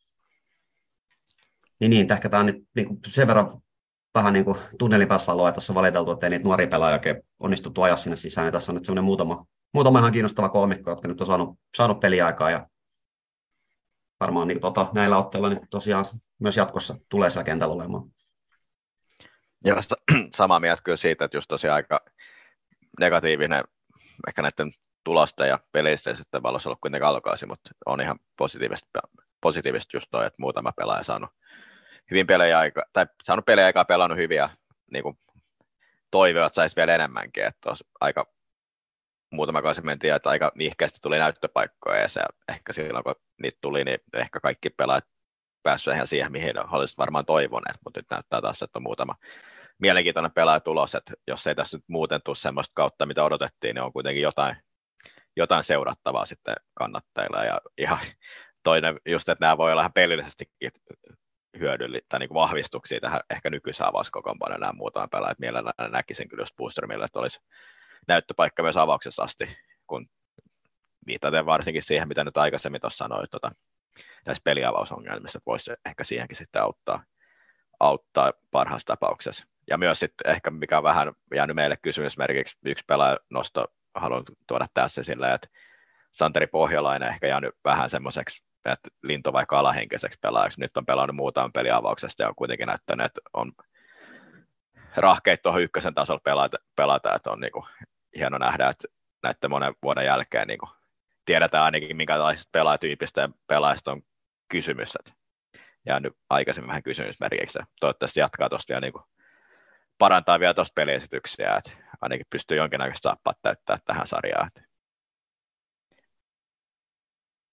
Niin ehkä tämä on nyt niin sen verran vähän niin kuin tunnelin päässä valoa, että tässä on valiteltu, että ei niitä nuoria pelaajia oikein onnistuttu ajaa sinne sisään. Ja tässä on nyt semmoinen muutama ihan kiinnostava kolmikko, jotka nyt on saanut peliaikaa ja varmaan niin näillä otteilla niin tosiaan myös jatkossa tulee siellä kentällä olemaan. Joo, samaa mieltä kyllä siitä, että just tosiaan aika negatiivinen ehkä näiden tulosten ja pelistä sitten valossa ollut kuitenkin alkaisin, mutta on ihan positiivisesti just toi, että muutama pelaaja saanut hyvin pelejä-aikaa, tai saanut pelejä-aikaa pelannut hyvin ja niin kuin toivoa, että saisi vielä enemmänkin, että olisi aika muutama kausi mentiin, että aika nihkeästi tuli näyttöpaikkoja ja se ehkä silloin kun niitä tuli, niin ehkä kaikki pelaajat päässyt ihan siihen, mihin olisit varmaan toivoneet, mutta nyt näyttää taas, että on muutama mielenkiintoinen pelaaja tulos, että jos ei tässä nyt muuten tule semmoista kautta, mitä odotettiin, niin on kuitenkin jotain seurattavaa sitten kannattajilla ja ihan toinen just, että nämä voi olla ihan pelillisestikin hyödyllisiä tai niin kuin vahvistuksia tähän ehkä nykyiseen avauskokoonpanoon nämä muutama pelaaja, että mielellään näkisin kyllä just Boostermille, että olisi näyttöpaikka myös avauksessa asti, kun viitaten varsinkin siihen, mitä nyt aikaisemmin tuossa sanoin, näissä peliavausongelmissa, että voisi ehkä siihenkin sitten auttaa parhaassa tapauksessa. Ja myös sitten ehkä, mikä on vähän jäänyt meille kysymysmerkiksi, yksi pelaaja nosto, haluan tuoda tässä sillä, että Santeri Pohjalainen ehkä jäänyt vähän semmoiseksi, että linto vaikka alahenkeiseksi pelaajaksi. Nyt on pelannut muutaman peliavauksesta ja on kuitenkin näyttänyt, että on rahkeita tuohon ykkösen tasolla pelata, että on niinku hieno nähdä, että näiden monen vuoden jälkeen niinku tiedetään ainakin, minkälaisista pelaajatyypistä ja pelaajista on kysymys. Jäänyt aikaisemmin vähän kysymysmerkiksi. Toivottavasti jatkaa tuosta ja niinku parantaa vielä tuosta peliesityksiä, että ainakin pystyy jonkinnäköistä saappaat täyttää tähän sarjaan.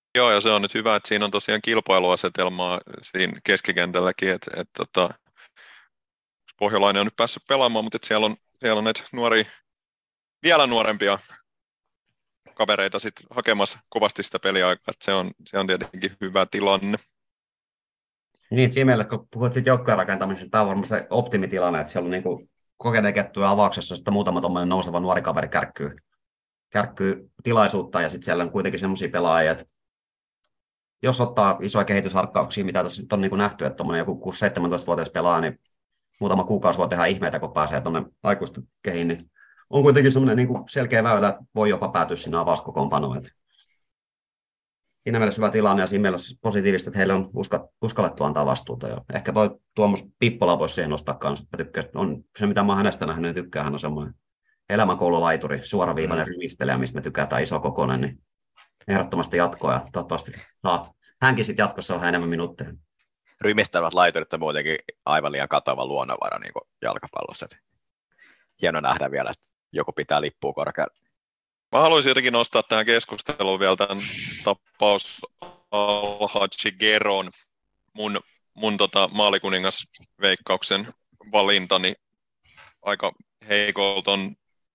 Joo, ja se on nyt hyvä, että siinä on tosiaan kilpailuasetelmaa siinä keskikentälläkin, että Pohjolainen on nyt päässyt pelaamaan, mutta siellä on näitä vielä nuorempia kavereita sit hakemassa kovasti sitä peliaikaa, että se on tietenkin hyvä tilanne. Niin, siinä mielessä, kun puhut siitä joukkojen rakentamisesta, tämä on varmaan se optimitilanne, että siellä on niin kokeneet kettuja avauksessa, sitten muutama tuommoinen nouseva nuori kaveri kärkkyy tilaisuutta, ja sitten siellä on kuitenkin semmoisia pelaajia, että jos ottaa isoja kehitysharkkauksia, mitä tässä nyt on niin kuin nähty, että tuommoinen joku 6-17-vuotias pelaa, niin muutama kuukausi voi tehdä ihmeitä, kun pääsee tuonne aikuisten kehiin, niin on kuitenkin semmoinen niin kuin selkeä väylä, että voi jopa päätyä sinne avauskokoonpanoon. Siinä mielessä hyvä tilanne ja siinä mielessä positiivista, että heille on uskallettu antaa vastuuta. Ja ehkä Tuomas Pippola voisi siihen nostaa kanssa. On se, mitä mä oon hänestä nähnyt, niin tykkää. Hän on semmoinen elämänkoululaituri, suoraviivainen rymistelijä, mistä me tykätään iso kokoinen, niin ehdottomasti jatkoa. Ja toivottavasti hänkin sitten jatkossa on enemmän minuutteja. Rymistävät laiturit on muutenkin aivan liian katoava luonnonvara niin jalkapallossa. Hieno nähdä vielä, että joku pitää lippua korkealla. Mä haluaisin jotenkin nostaa tähän keskusteluun vielä tämän tapaus Al-Hadji Geron, mun maalikuningasveikkauksen valintani aika heikolta on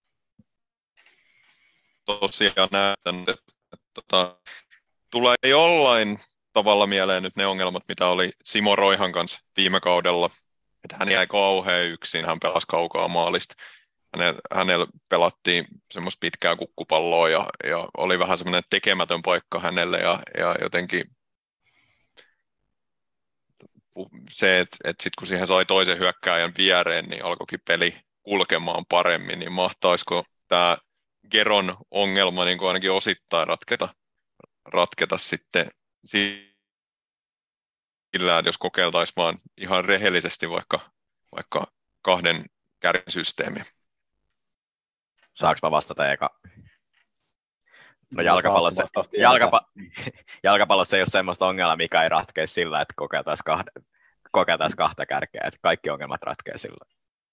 tosiaan näyttänyt, että tulee jollain tavalla mieleen nyt ne ongelmat, mitä oli Simo Roihan kanssa viime kaudella, että hän jäi kauhean yksin, hän pelasi kaukaa maalista. Hänellä pelattiin semmoista pitkää kukkupalloa ja oli vähän semmoinen tekemätön paikka hänelle ja jotenkin se, että sitten kun siihen sai toisen hyökkääjän viereen, niin alkoikin peli kulkemaan paremmin, niin mahtaisiko tämä Geron ongelma niin kuin ainakin osittain ratketa sitten sillä, että jos kokeiltaisiin vaan ihan rehellisesti vaikka kahden kärkisysteemiä. Saanko mä vastata eka? No jalkapallossa ei ole semmoista ongelmaa, mikä ei ratkea sillä, että kokeiltaisiin kahta kärkeä, että kaikki ongelmat ratkeaa sillä.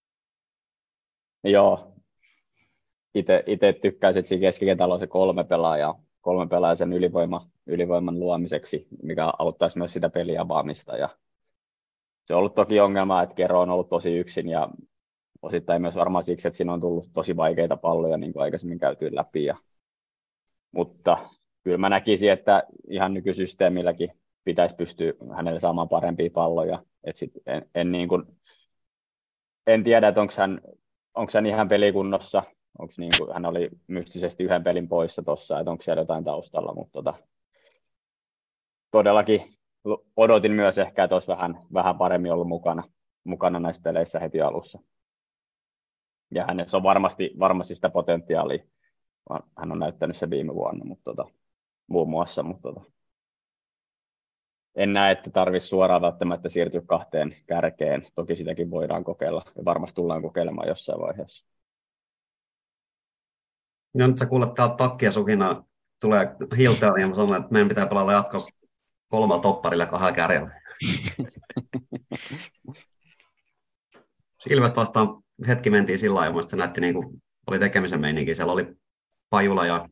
Joo, itse tykkäisin, että siinä keskikentällä on se kolme pelaajaa sen ylivoiman luomiseksi, mikä auttaisi myös sitä peliä avaamista. Ja se on ollut toki ongelma, että Kero on ollut tosi yksin ja osittain myös varmaan siksi, että siinä on tullut tosi vaikeita palloja, niin kuin aikaisemmin käytyy läpi. Mutta kyllä mä näkisin, että ihan nykysysteemilläkin pitäisi pystyä hänelle saamaan parempia palloja. En tiedä, että onko hän ihan pelikunnossa. Hän oli mystisesti yhden pelin poissa tuossa, että onko siellä jotain taustalla. Mutta todellakin odotin myös ehkä, että olisi vähän paremmin ollut mukana näissä peleissä heti alussa. Ja hänessä on varmasti sitä potentiaalia. Hän on näyttänyt sen viime vuonna muun muassa. Mutta en näe, että tarvitsisi suoraan välttämättä siirtyä kahteen kärkeen. Toki sitäkin voidaan kokeilla ja varmasti tullaan kokeilemaan jossain vaiheessa. No nyt sä kuulet täältä takkia sukina tulee Hilteon ja mä sanon, että meidän pitää pelata jatkossa 3 topparilla 2 kärjellä. Ilmeisesti vastaan hetki mentiin sillä lailla, se näytti niin kuin oli tekemisen meininki. Siellä oli Pajula ja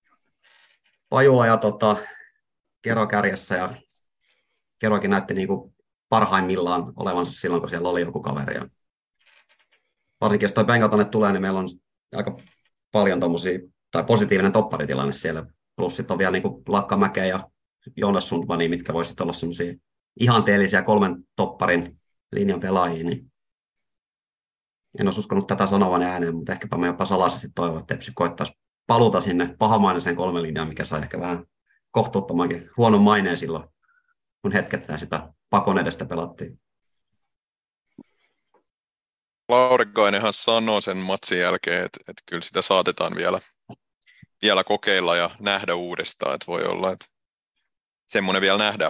Kero kärjessä ja Kerokin näytti niin kuin parhaimmillaan olevansa silloin, kun siellä oli joku kaveri. Ja varsinkin jos toi penka tonne tulee, niin meillä on aika paljon tommosia, tai positiivinen topparitilanne siellä. Plus sitten on vielä niin kuin Lakkamäkeä ja Joonas Sundmania, mitkä voisivat olla semmoisia ihanteellisia 3 topparin linjan pelaajia. Niin en olisi uskonut tätä sanovan ääneen, mutta ehkäpä me jopa salaisesti toivon, että Tepsi koettaisi paluta sinne pahamaineiseen 3 linjaan, mikä sai ehkä vähän kohtuuttomankin huonon maineen silloin, kun hetkettäin sitä pakon edestä pelattiin. Laurikainenhan sanoi sen matsin jälkeen, että kyllä sitä saatetaan vielä kokeilla ja nähdä uudestaan, että voi olla, että semmoinen vielä nähdään.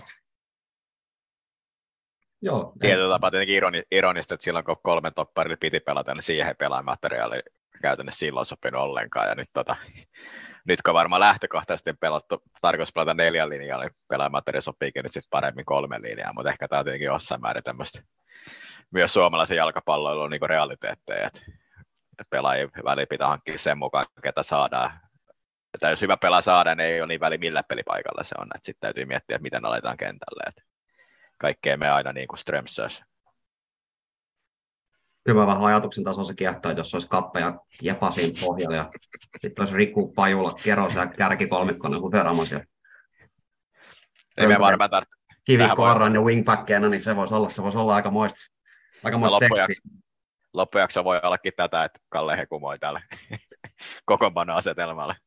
Joo. Tietyllä tapaa tietenkin ironista, että silloin kun 3 topparilla piti pelata, niin siihen ei pelaamateriaali käytännössä silloin sopinut ollenkaan. Ja nyt kun varmaan lähtökohtaisesti tarkoitus pelata 4 linjaa, niin pelaamateriaali sopiikin nyt sitten paremmin 3 linjaa, mutta ehkä tämä on tietenkin jossain määrin tämmöistä myös suomalaisen jalkapalloilun niin realiteetteja, että pelaajien väliin pitää hankkia sen mukaan, ketä saadaan. Että jos hyvä pelaa saada, niin ei ole niin väli millä pelipaikalla se on. Sitten täytyy miettiä, että miten aletaan kentälle. Että kaikkea me aina niin kuin Strömsös. Kyllä mä vähän ajatuksen tasolla se kiehtoo, että jos olisi Kappe ja Jepa siinä pohjalla ja sitten olisi Riku, Pajula, Keros ja kärkikolmikkona huteramas ja Ei me varmaan Kivikko, Arran ja wingbackeina, niin se voisi olla aika moista seksiä. Loppujakso voi ollakin tätä, että Kalle hekumoi tälle kokoonpanoasetelmalle.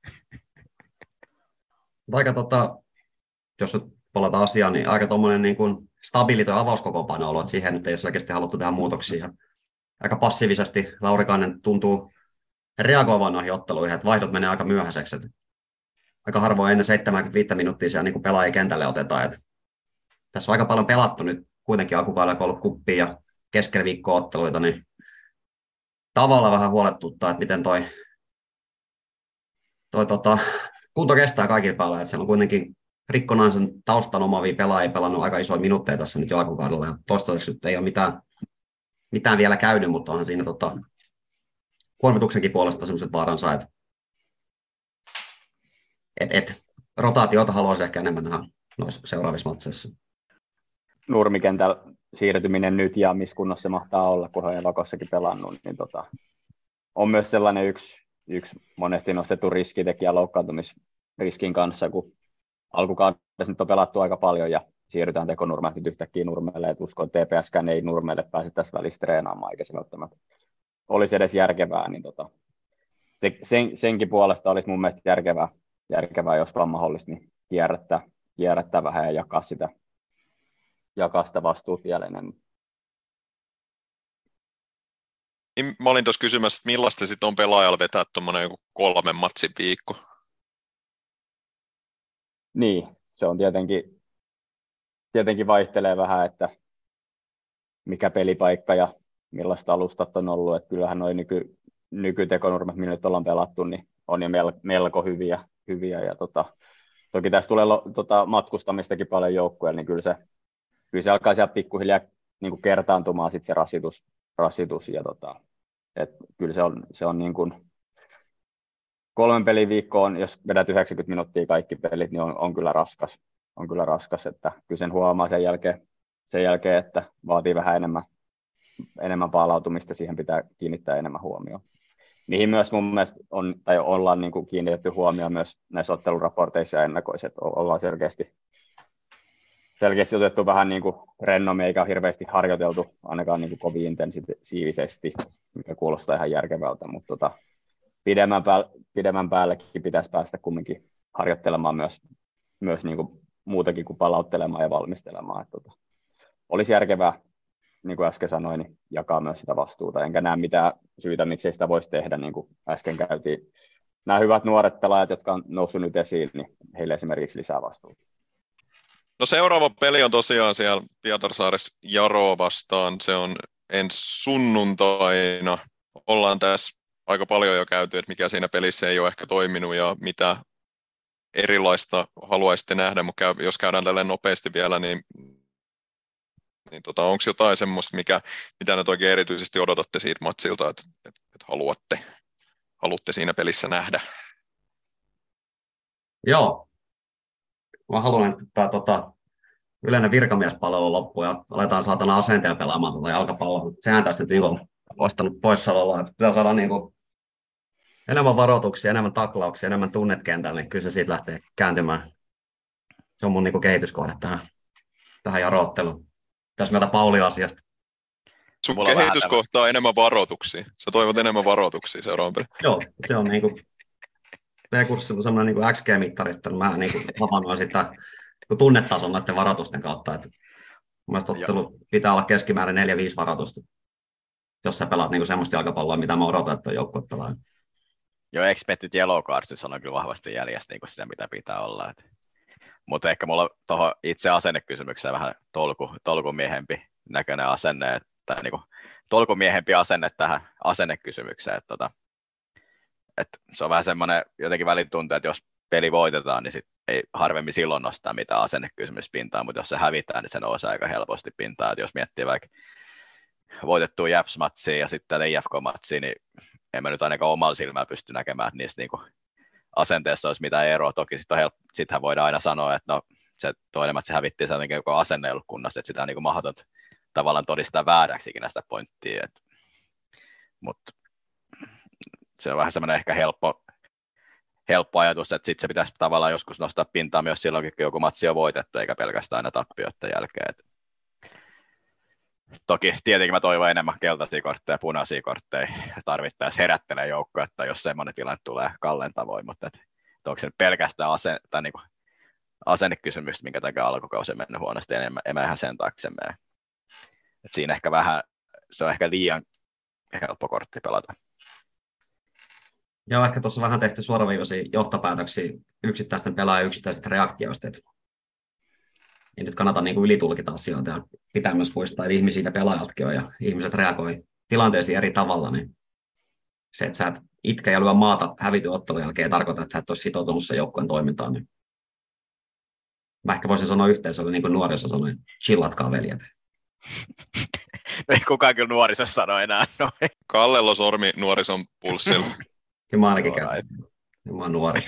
Aika jos nyt palataan asiaan, niin aika tuommoinen niin kuin stabiili tuo avauskokoonpano ollut, että siihen nyt ei ole selkeästi haluttu tehdä muutoksia. Aika passiivisesti Laurikainen tuntuu reagoivan noihin otteluihin, että vaihdot menee aika myöhäiseksi. Että aika harvoin ennen 75 minuuttia siellä niin pelaajia kentälle otetaan. Että tässä on aika paljon pelattu nyt kuitenkin alkukaudella, kun on ollut kuppia ja keskellä viikkoa otteluita, niin tavallaan vähän huolettuttaa, että miten toi kunto kestää kaikilla pelaajilla. Siellä on kuitenkin rikkonaisen taustan omaavia pelaajia pelannut aika isoja minuutteja tässä nyt jo alkukaudella. Ja toistaiseksi nyt ei ole mitään vielä käynyt, mutta onhan siinä kuormituksenkin puolesta sellaiset vaaransa, että rotaatiota haluaisi ehkä enemmän nähdä noissa seuraavissa matseissa. Nurmikentällä siirtyminen nyt ja missä kunnossa se mahtaa olla, kun on Vakossakin pelannut, niin on myös sellainen yksi monesti nostettu riskitekijä loukkaantumisriskin kanssa, kun alkukaudessa nyt on pelattu aika paljon ja siirrytään tekonurmeen nyt yhtäkkiä Nurmelle, että uskon, että TPSkään ei Nurmelle pääse tässä välissä treenaamaan, eikä se välttämättä olisi edes järkevää, niin senkin puolesta olisi mun mielestä järkevää, jos vaan mahdollista, niin kierrättää vähän ja jakaa sitä vastuut vielä enemmän. Mä olin tuossa kysymässä, että millaista sitten on pelaajalla vetää tuommoinen joku 3 matsin viikko? Niin, se on tietenkin vaihtelee vähän, että mikä pelipaikka ja millaista alustat on ollut. Että kyllähän nuo nykytekonurmat, millä nyt ollaan pelattu, niin on jo melko hyviä. Ja toki tässä tulee matkustamistakin paljon joukkueella, niin kyllä se alkaa sieltä pikkuhiljaa niin kuin kertaantumaan sit se rasitus ja kyllä se on niin kuin 3 pelin viikkoon, jos vedät 90 minuuttia kaikki pelit, niin on kyllä raskas, että kyllä sen huomaa sen jälkeen, että vaatii vähän enemmän palautumista, siihen pitää kiinnittää enemmän huomioon. Niihin myös mun mielestä ollaan niin kuin kiinnitetty huomioon myös näissä otteluraporteissa ja ennakoissa, että ollaan selkeästi otettu vähän niin kuin rennommin, eikä ole hirveästi harjoiteltu ainakaan niin kuin kovin intensiivisesti, mikä kuulostaa ihan järkevältä, mutta pidemmän päällekin pitäisi päästä kumminkin harjoittelemaan myös niin kuin muutakin kuin palauttelemaan ja valmistelemaan. Että olisi järkevää, niin kuin äsken sanoin, niin jakaa myös sitä vastuuta, enkä näe mitään syytä, miksei sitä voisi tehdä, niin kuin äsken käytiin. Nämä hyvät nuoret pelaajat, jotka on noussut nyt esiin, niin heille esimerkiksi lisää vastuuta. No seuraava peli on tosiaan siellä Pietarsaaressa Jaroa vastaan. Se on ensi sunnuntaina. Ollaan tässä aika paljon jo käyty, että mikä siinä pelissä ei ole ehkä toiminut ja mitä erilaista haluaisitte nähdä, mutta jos käydään tälleen nopeasti vielä, niin onko jotain semmoista, mitä nyt oikein erityisesti odotatte siitä matsilta, että haluatte siinä pelissä nähdä? Joo. Mä haluan, että yleinen virkamiespalvelu loppuu ja aletaan saatana asenteja pelaamaan tuota jalkapalloa. Sehän tästä nyt niin vastannut poissaololla, että pitää saada niin enemmän varoituksia, enemmän taklauksia, enemmän tunnet kentällä, niin kyllä se siitä lähtee kääntymään. Se on mun niin kehityskohde tähän jarootteluun. Tässä meiltä Pauli asiasta. Sun kehityskohta on enemmän varoituksia. Sä toivot enemmän varoituksia seuraavan pelin. Joo, se on niin kuin P-kurssilla on sellainen niin XG-mittarista, mä niin havainnoin sitä tunnetason näiden varoitusten kautta. Että mielestäni ottelu pitää olla keskimäärin 4-5 varoitusta, jos sä pelaat niin semmoista jalkapalloa, mitä mä odotan, että on joukkue pelaa. Joo, expected yellow cards on kyllä vahvasti jäljessä niin sitä, mitä pitää olla. Mutta ehkä mulla on tuohon itse asennekysymykseen vähän tolkumiehempi näköinen asenne, että niin kuin tolkumiehempi asenne tähän asennekysymykseen. Että se on vähän semmoinen jotenkin välituntu, että jos peli voitetaan, niin sit ei harvemmin silloin nostaa mitään asennekysymyspintaa, mutta jos se hävitään, niin se nousee aika helposti pintaan. Että jos miettii vaikka voitettua Japs-matsia ja sitten tätä IFK-matsia, niin en mä nyt ainakaan omalla silmällä pysty näkemään, että niistä niinku asenteessa olisi mitään eroa. Toki sittenhän voidaan aina sanoa, että no, se toinen matsi hävittiin sen takia, kun asenne ei ollut kunnossa, että sitä on niin mahdotonta tavallaan todistaa vääräksi ikinä sitä pointtia. Mutta se on vähän semmoinen ehkä helppo ajatus, että sitten se pitäisi tavallaan joskus nostaa pintaa myös silloin, kun joku matsi on voitettu, eikä pelkästään aina tappioiden jälkeen. Toki tietenkin mä toivon enemmän keltaisia kortteja ja punaisia kortteja tarvittaessa herättelee joukkoa, että jos semmoinen tilanne tulee Kallen tavoin, mutta onko se nyt pelkästään asennekysymys, minkä takia alkukausi on mennyt huonosti, niin en mä ihan sen taakse mene. Et siinä ehkä vähän, se on ehkä liian helppo kortti pelata. Joo, ehkä tuossa vähän tehty suoraviivaisia johtopäätöksiä yksittäisten pelaajien yksittäisistä reaktioista. Ei nyt kannata niin kuin ylitulkita asioita ja pitää myös muistaa, että ihmisiä ja pelaajatkin on ja ihmiset reagoi tilanteisiin eri tavalla. Niin se, että sä et itke ja lyö maata hävityn ottelun jälkeen, ei tarkoita, että sä et ole sitoutunut sen joukkueen toimintaan. Niin mä ehkä voisin sanoa yhteisölle, niin kuin nuoriso sanoi, chillatkaa veljet. Ei kukaan kyllä nuorisossa sano enää noin. Kallella sormi nuorison pulssilla. Kyllä mä ainakin käyn. Mä oon nuori.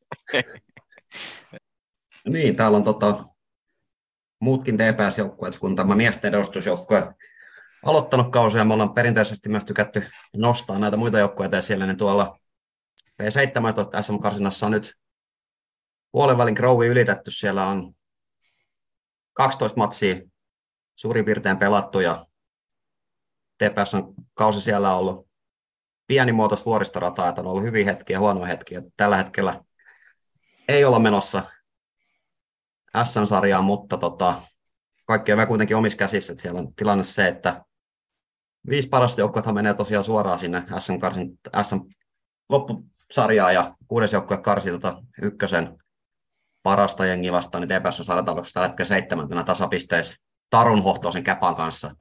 Niin, täällä on muutkin TPS-joukkueet kuin tämä miesten edustusjoukkue aloittanut kausia. Me ollaan perinteisesti myös tykätty nostaa näitä muita joukkueita siellä, niin tuolla P17 SM-karsinassa on nyt puolenvälin Grovi ylitetty. Siellä on 12 matsia suurin piirtein pelattu ja TPS on kausi siellä ollut pienimuotoista vuoristorataa, että on ollut hyviä hetkiä ja huonoja hetkiä. Tällä hetkellä ei olla menossa SM-sarjaan, mutta kaikki on vielä kuitenkin omissa käsissä. Että siellä on tilanne se, että 5 parasta joukkuetta menee tosiaan suoraan sinne SM-loppusarjaan ja 6. joukkue karsii ykkösen parasta jengiä vastaan, niin TPS on sarjataulukossa tällä hetkellä 7. tasapisteissä Tarun Hohtoisen Käpan kanssa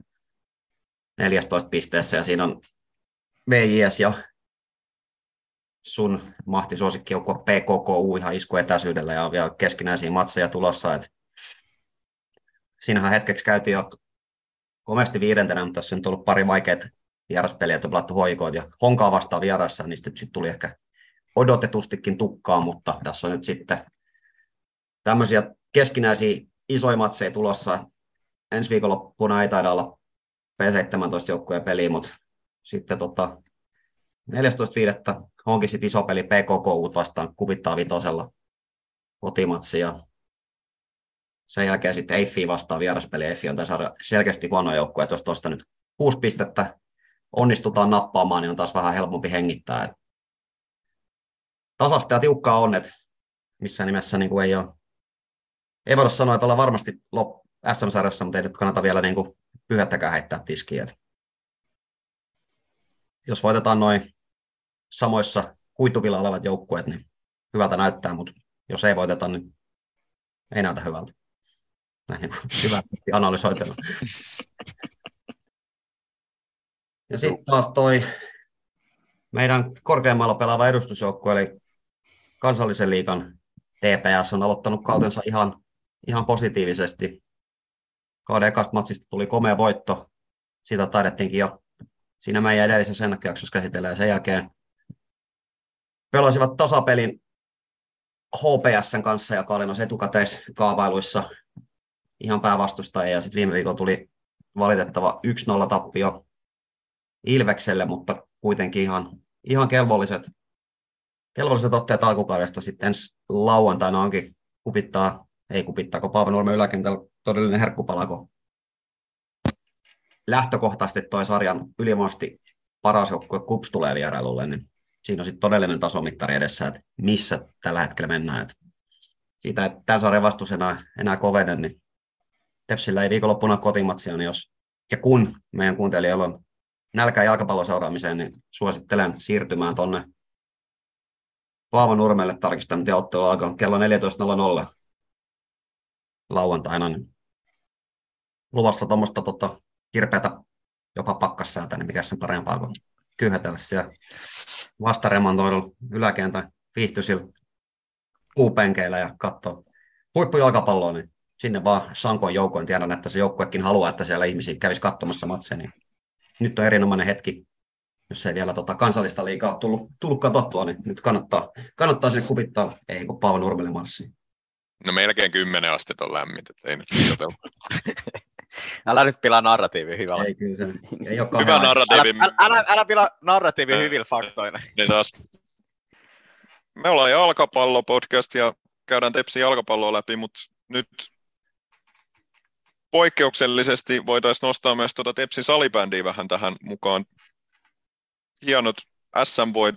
14 pisteessä ja siinä on VJS ja sun mahtisuosikkijoukkue PKKU ihan iskuetäisyydellä ja on vielä keskinäisiä matseja tulossa. Siinähän hetkeksi käytiin jo komeasti 5. mutta tässä on tullut pari vaikeat vieraspeliä, että on pelattu hoikoot ja Honkaa vastaan vieraissa, niin sitten tuli ehkä odotetustikin tukkaa, mutta tässä on nyt sitten tämmöisiä keskinäisiä isoja matseja tulossa. Ensi viikonloppuna ei taida olla P17-joukkueen peliä, mutta sitten 14.5. onkin sitten iso peli PKKU vastaan Kuvittaa vitosella kotimatsi ja sen jälkeen sitten Eiffiä vastaan vieraspeli. Eiffi on tässä selkeästi huono joukkue, että jos tuosta nyt 6 pistettä onnistutaan nappaamaan, niin on taas vähän helpompi hengittää. Tasasta ja tiukkaa on, että missään nimessä niin kuin ei voida sanoa, että ollaan varmasti SM-sarjassa, mutta ei nyt kannata vielä niin kuin pyhättäkään heittää tiskiä. Jos voitetaan noin samoissa huituvilla olevat joukkueet, niin hyvältä näyttää, mutta jos ei voiteta, niin ei näytä hyvältä. Näin niin syvästi analysoituna. Ja sitten taas toi meidän korkeammalla pelaava edustusjoukkue, eli kansallisen liigan TPS, on aloittanut kautensa ihan positiivisesti. Kauden ekasta matsista tuli komea voitto. Siitä taidettiinkin jo siinä meidän edellisessä ennakkojaksossa käsitellä ja sen jälkeen pelasivat tasapelin HPSn kanssa, joka oli noissa etukäteiskaavailuissa ihan päävastustaja. Ja sitten viime viikolla tuli valitettava 1-0 tappio Ilvekselle, mutta kuitenkin ihan kelvolliset otteet alkukaudesta. Sitten ensi lauantaina onkin kupittaako Paavanurmen yläkentällä todellinen herkkupalako. Lähtökohtaisesti tuo sarjan ylivoimaisesti paras joukkue KuPS tulee vierailulle, niin siinä on sitten todellinen tasomittari edessä, että missä tällä hetkellä mennään. Että siitä, että tämän sarjan vastus enää kovene, niin Tepsillä ei viikonloppuna kotimatsia, niin jos ja kun meidän kuuntelijoilla on nälkää jalkapallon seuraamiseen, niin suosittelen siirtymään tuonne Paavanurmelle tarkistan, miten ottelu alkaa kello 14.00 lauantaina. Niin luvassa tuommoista kirpeätä jopa pakkassäätä, niin mikä sen parempaa kuin kyyhätellä siellä vastaremontoidulla yläkentän viihtyisillä puupenkeillä ja katsoa huippujalkapalloa, niin sinne vaan sankoin joukkoon. Tiedän, että se joukkuekin haluaa, että siellä ihmisiä kävisi katsomassa matseja. Niin nyt on erinomainen hetki jos ei vielä kansallista liigaa ole tullut katsottua, niin nyt kannattaa sinne kupittaa, ei kun Paavo Nurmelle marssiin. No melkein 10 astetta on lämmintä, että ei nyt liioitella. Älä nyt pilaa narratiivi hyvällä. Ei kyllä se, ei ole Hyvä narratiivi. Älä pilaa narratiivi hyvillä faktoilla. Niin taas. Me ollaan jalkapallopodcast ja käydään Tepsin jalkapalloa läpi, mutta nyt poikkeuksellisesti voitaisiin nostaa myös Tepsin salibändiä vähän tähän mukaan. Hienot SM-voitot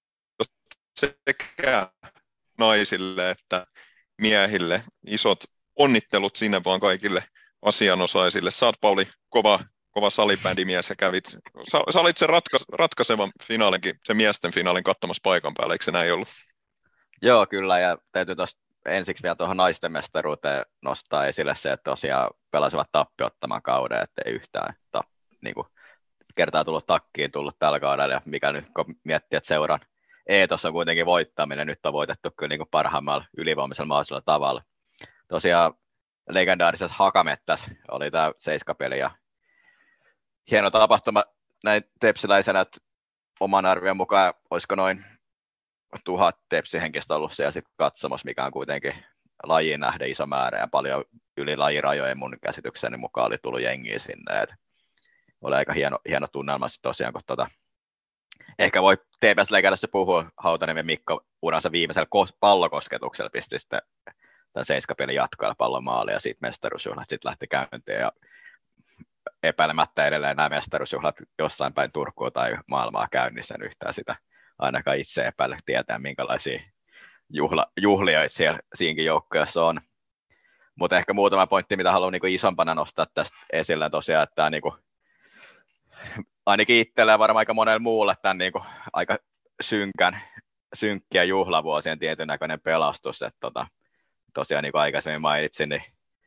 sekä naisille että miehille. Isot onnittelut sinne vaan kaikille asianosaisille. Sä oot, Pauli, kova salibändimies ja sä olit sen ratkaisevan finaalinkin, sen miesten finaalin katsomassa paikan päällä, eikö se näin ollut? Joo, kyllä, ja täytyy tuosta ensiksi vielä tuohon naisten mestaruuteen nostaa esille se, että tosiaan pelasivat tappiottaman kauden, ettei yhtään niin kuin, kertaa takkiin tullut tällä kaudella, ja mikä nyt kun miettii, että seuran eetos on kuitenkin voittaminen, nyt on voitettu kyllä niin kuin parhaimmalla ylivoimaisella mahdollisella tavalla. Tosiaan legendaarisessa Hakamettässä oli tämä seiskapeli, ja hieno tapahtuma näin tepsiläisenä, että oman arvion mukaan olisiko noin 1000 tepsihenkistä ollut siellä sitten katsomassa, mikä on kuitenkin lajiin nähden iso määrä ja paljon yli lajirajojen mun käsitykseni mukaan oli tullut jengiä sinne. Et oli aika hieno tunnelma tosiaan, kun ehkä voi TPS-legendassa puhua Hautaniemen Mikko uransa viimeisellä pallokosketuksella pisti sitten tämän seiskapelin jatkoilla pallon maaliin ja siitä mestaruusjuhlat sitten lähti käyntiin ja epäilemättä edelleen nämä mestaruusjuhlat jossain päin Turkua tai maailmaa käynnissä yhtään sitä ainakaan itse epäile tietää, minkälaisia juhlia siinäkin joukkueessa on. Mutta ehkä muutama pointti, mitä haluan niinku isompana nostaa tästä esille tosiaan, että tämä niinku, ainakin itselle ja varmaan aika monelle muulle tämän niinku, aika synkkiä juhlavuosien tietyn näköinen pelastus. Että tosiaan niin kuin aikaisemmin mainitsin, niin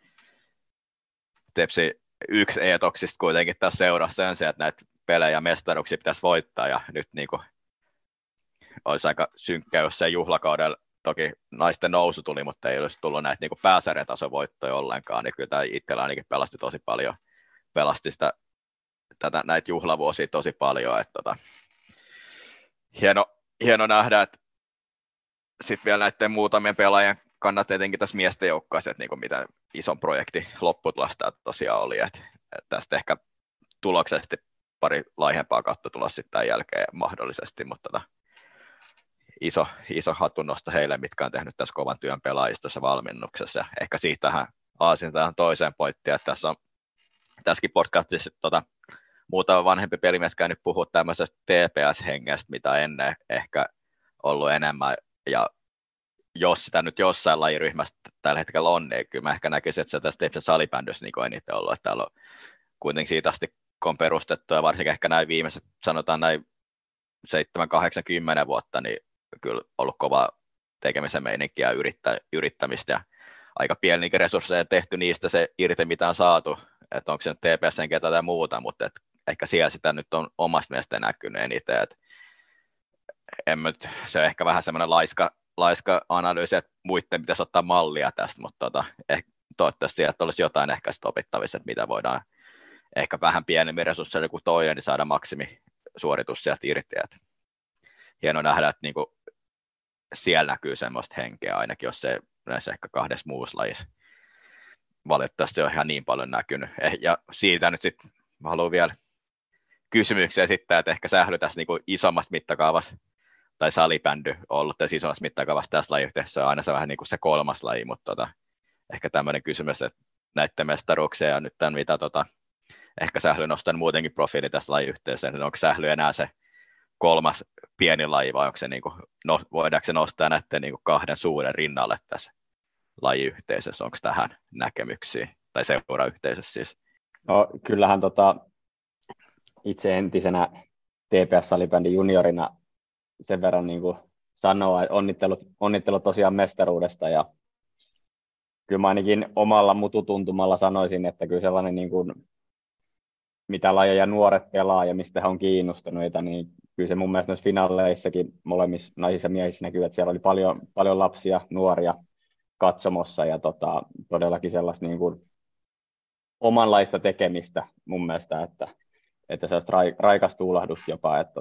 Tepsi yksi eetoksista kuitenkin tässä seurassa on se, että näitä pelejä mestaruksia pitäisi voittaa ja nyt niin kuin olisi aika synkkä, jos se juhlakaudella toki naisten nousu tuli, mutta ei olisi tullut näitä niin pääsarjatason voittoja ollenkaan, niin kyllä tämä itsellä ainakin pelasti tosi paljon, näitä juhlavuosia tosi paljon, että hieno nähdä, että sitten vielä näiden muutamien pelaajien kannat etenkin tässä miesten joukkueessa, että niin mitä ison projekti lopputulosta tosiaan oli, että tästä ehkä tuloksesti pari laihempaa kautta tulla sitten tämän jälkeen mahdollisesti, mutta iso hatunnosto heille, mitkä on tehnyt tässä kovan työn pelaajistossa valmennuksessa. Ja ehkä siitä aasin tähän toiseen pointtiin, että tässäkin podcastissa muutama vanhempi pelimies käynyt puhua tämmöisestä TPS-hengestä, mitä ennen ehkä ollut enemmän. Ja jos sitä nyt jossain lajiryhmässä tällä hetkellä on, niin kyllä mä ehkä näkisin, että se tässä Tepsin salibändyssä niin eniten ollut. Että täällä on kuitenkin siitä asti, kun on perustettu, ja varsinkin ehkä näin viimeiset, sanotaan näin 7-8-10 vuotta, niin kyllä ollut kova tekemisen meininkiä ja yrittämistä ja aika pieniä resursseja tehty niistä se irti, mitä on saatu, että onko se nyt TPS:n ketä tai muuta, mutta ehkä siellä sitä nyt on omasta mielestä näkynyt eniten, että se on ehkä vähän semmoinen laiska analyysi, että muiden pitäisi ottaa mallia tästä, mutta toivottavasti sieltä olisi jotain ehkä opittavissa, että mitä voidaan ehkä vähän pienemmin resursseja kuin toinen, niin saada maksimisuoritus sieltä irti. Että hieno nähdä, että niinku siellä näkyy semmoista henkeä, ainakin jos se näissä ehkä kahdessa muussa lajissa valitettavasti on ihan niin paljon näkynyt. Ja siitä nyt sitten mä haluan vielä kysymyksiä esittää, että ehkä Sähly tässä niinku isommassa mittakaavassa tai salibändy ollut tässä isommassa mittakaavassa tässä lajiyhteisössä on aina se vähän niin kuin se kolmas laji, mutta ehkä tämmöinen kysymys, että näiden mestaruuksia ja nyt tämän mitä ehkä Sähly nostan muutenkin profiili tässä lajiyhteisössä, niin onko Sähly enää se kolmas pieni laji vai onko se niin kuin, voidaanko se nostaa näiden niin kuin kahden suuren rinnalle tässä lajiyhteisössä, onko tähän näkemyksiä tai seurayhteisössä siis? No kyllähän itse entisenä TPS-salibändin juniorina sen verran niin kuin sanoa, että onnittelut tosiaan mestaruudesta ja kyllä mä ainakin omalla mututuntumalla sanoisin, että kyllä sellainen niin kuin, mitä lajeja nuoret pelaa ja mistä he on kiinnostuneita, niin kyllä se mun mielestä noissa finaaleissakin molemmissa naisissa ja miehissä näkyy, että siellä oli paljon lapsia, nuoria katsomossa ja todellakin sellaista niin kuin omanlaista tekemistä mun mielestä, että että sellaista raikas tuulahdus jopa, että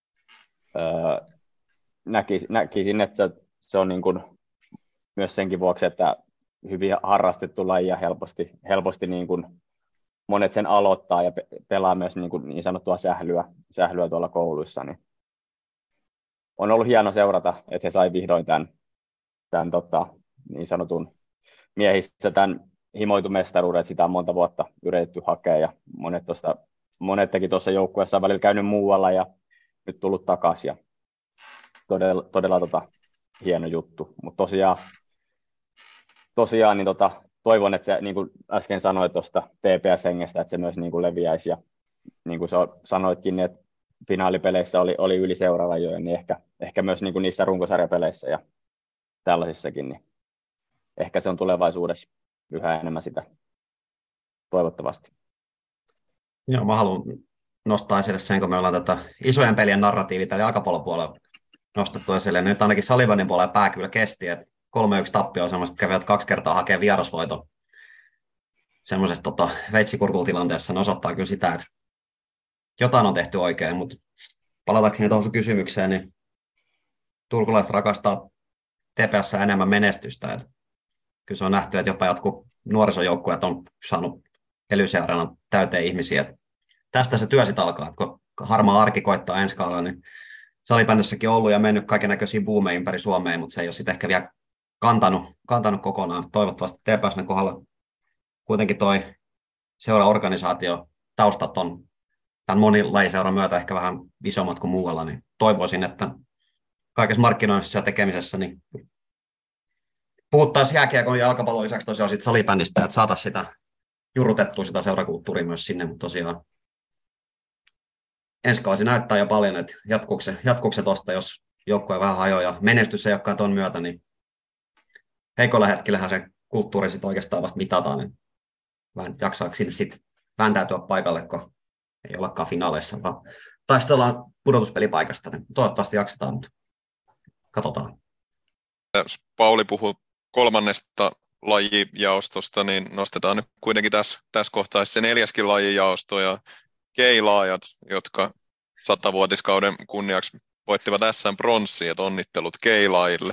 näkisin, että se on niin kuin myös senkin vuoksi, että hyvin harrastettu laji ja helposti niin kuin monet sen aloittaa ja pelaa myös niin sanottua sählyä tuolla kouluissa, niin on ollut hieno seurata, että he sai vihdoin tämän niin sanotun miehissä tämän himoitumestaruuden, että sitä on monta vuotta yritetty hakea ja monet teki tuossa joukkueessa on välillä käynyt muualla ja nyt tullut takaisin ja todella hieno juttu, mutta tosiaan niin toivon, että se, niin kuin äsken sanoit tuosta TPS-hengestä, että se myös niin kuin leviäisi ja niin kuin sanoitkin, niin että finaalipeleissä oli yli seuraajoja, niin ehkä myös niin kuin niissä runkosarjapeleissä ja tällaisissakin, niin ehkä se on tulevaisuudessa yhä enemmän sitä toivottavasti. Joo, mä haluan nostaa esille sen, kun me ollaan tätä isojen pelien narratiivia täällä jalkapallopuolella nostettu esille. Nyt ainakin Sullivanin puolella pää kyllä kesti, että 3-1 tappio on semmoista, että kävivät 2 kertaa hakemaan vierasvoito semmoisesta veitsikurkultilanteessa, ne osoittaa kyllä sitä, että jotain on tehty oikein, mutta palatakseni tuohon sun kysymykseen, niin turkulaiset rakastaa TPS enemmän menestystä. Että kyllä se on nähty, että jopa jotkut nuorisojoukkueet on saanut Elysee Areenan täyteen ihmisiä. Että tästä se työ sitten alkaa, että kun harmaa arki koittaa ensi kaudella, niin salibändissäkin on ollut ja mennyt kaikennäköisiä buumeja ympäri Suomea, mutta se ei ole sitten ehkä vielä kantanut kokonaan. Toivottavasti TPS:n kohdalla kuitenkin toi seuraorganisaatio taustat on tämän monilajiseuran myötä ehkä vähän isommat kuin muualla, niin toivoisin, että kaikessa markkinoinnissa ja tekemisessä niin puhuttaisiin jääkiekon ja jalkapallon lisäksi tosiaan sit salibändistä, että saataisiin sitä juurrutettua sitä seurakulttuuria myös sinne, mutta tosiaan ensi kausi näyttää jo paljon, että jatkuuko se tosta, jos joukkue vähän hajoaa ja menestys ei olekaan ton myötä, niin heikolla hetkellähän se kulttuuri sitten oikeastaan vasta mitataan, niin vähän jaksaako sinne sitten vääntäytyä paikalle, kun ei olekaan finaaleissa, vaan taistellaan pudotuspelipaikasta, niin toivottavasti jaksetaan, mutta katsotaan. Jos Pauli puhuu 3. lajijaostosta, niin nostetaan nyt kuitenkin tässä kohtaa se 4. lajijaosto ja keilaajat, jotka 100-vuotiskauden kunniaksi voittivat SM-pronssia, että onnittelut keilaajille.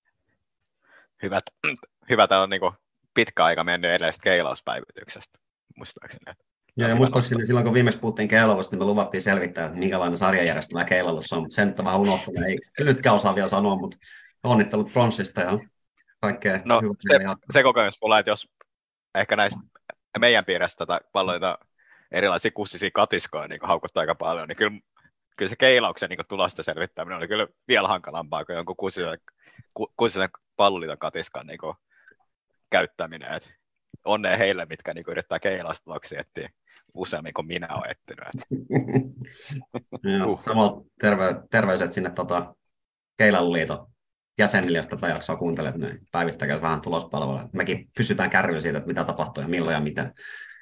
Hyvä on niin kuin pitkä aika mennyt edellisestä keilauspäivityksestä, muistaakseni. Ja muistaakseni silloin, kun viimeksi puhuttiin keilailusta, niin me luvattiin selvittää, että minkälainen sarjajärjestelmä keilailussa on, mutta sen nyt on vähän unohtunut. Ei nytkään osaa vielä sanoa, mutta onnittelut pronssista ja kaikkea. No se kokemus mulla, että jos ehkä näissä meidän piirissä palloita erilaisia kussisia katiskoja niin haukuttaa aika paljon, niin kyllä se keilauksen niin tulosta selvittäminen oli kyllä vielä hankalampaa kuin jonkun kussisen palloliiton katiskan niin käyttäminen. Et onnea heille, mitkä niin yrittää keilastuloksia etsiä useammin kuin minä olen etsinyt. Samalla terveiset sinne Keilailuliiton jäsenille, jos tätä jaksaa kuuntelemaan, niin päivittäkää vähän tulospalvelua. Mekin pysytään kärryillä siitä, että mitä tapahtuu ja milloin ja miten.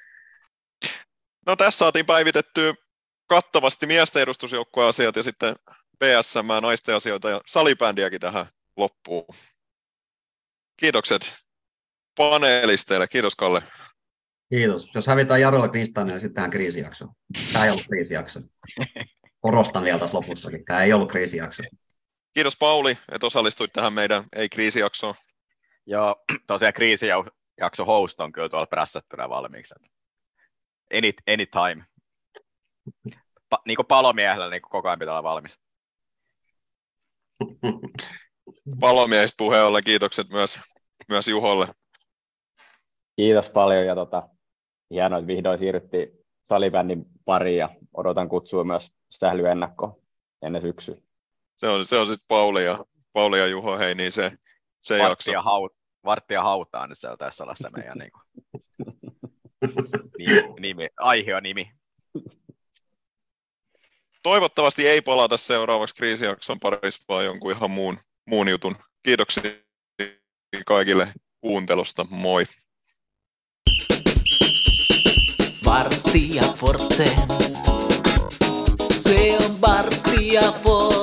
No tässä saatiin päivitettyä kattavasti miesten edustusjoukkueen asiat ja sitten PSM naisten asioita ja salibändiäkin tähän loppuun. Kiitokset paneelisteille. Kiitos Kalle. Kiitos. Jos hävitään Jarolla Kristaan, niin sitten tähän kriisijaksoon. Tämä ei ollut kriisijakso. Korostan vielä tässä lopussakin. Tämä ei ollut kriisijakso. Kiitos Pauli, että osallistuit tähän meidän ei-kriisijaksoon. Joo, tosiaan kriisijakso host on kyllä tuolla prässättynä valmiiksi. Anytime. Niin kuin palomiehellä niin kuin koko ajan pitää olla valmis. Palomiehistä puheen ollen kiitokset myös Juholle. Kiitos paljon ja hienoa, että vihdoin siirryttiin salibändin pariin ja odotan kutsua myös sählyennakkoon ennen syksyä. Se on sitten Pauli ja Juho, hei, niin se jakso. Varttia hautaan, niin se on tässä olla se meidän nimi, aihe on nimi. Toivottavasti ei palata seuraavaksi kriisijakson parissa, vaan jonkun ihan muun jutun. Kiitoksia kaikille kuuntelusta. Moi. Varttia Forte. Se on Varttia Forte.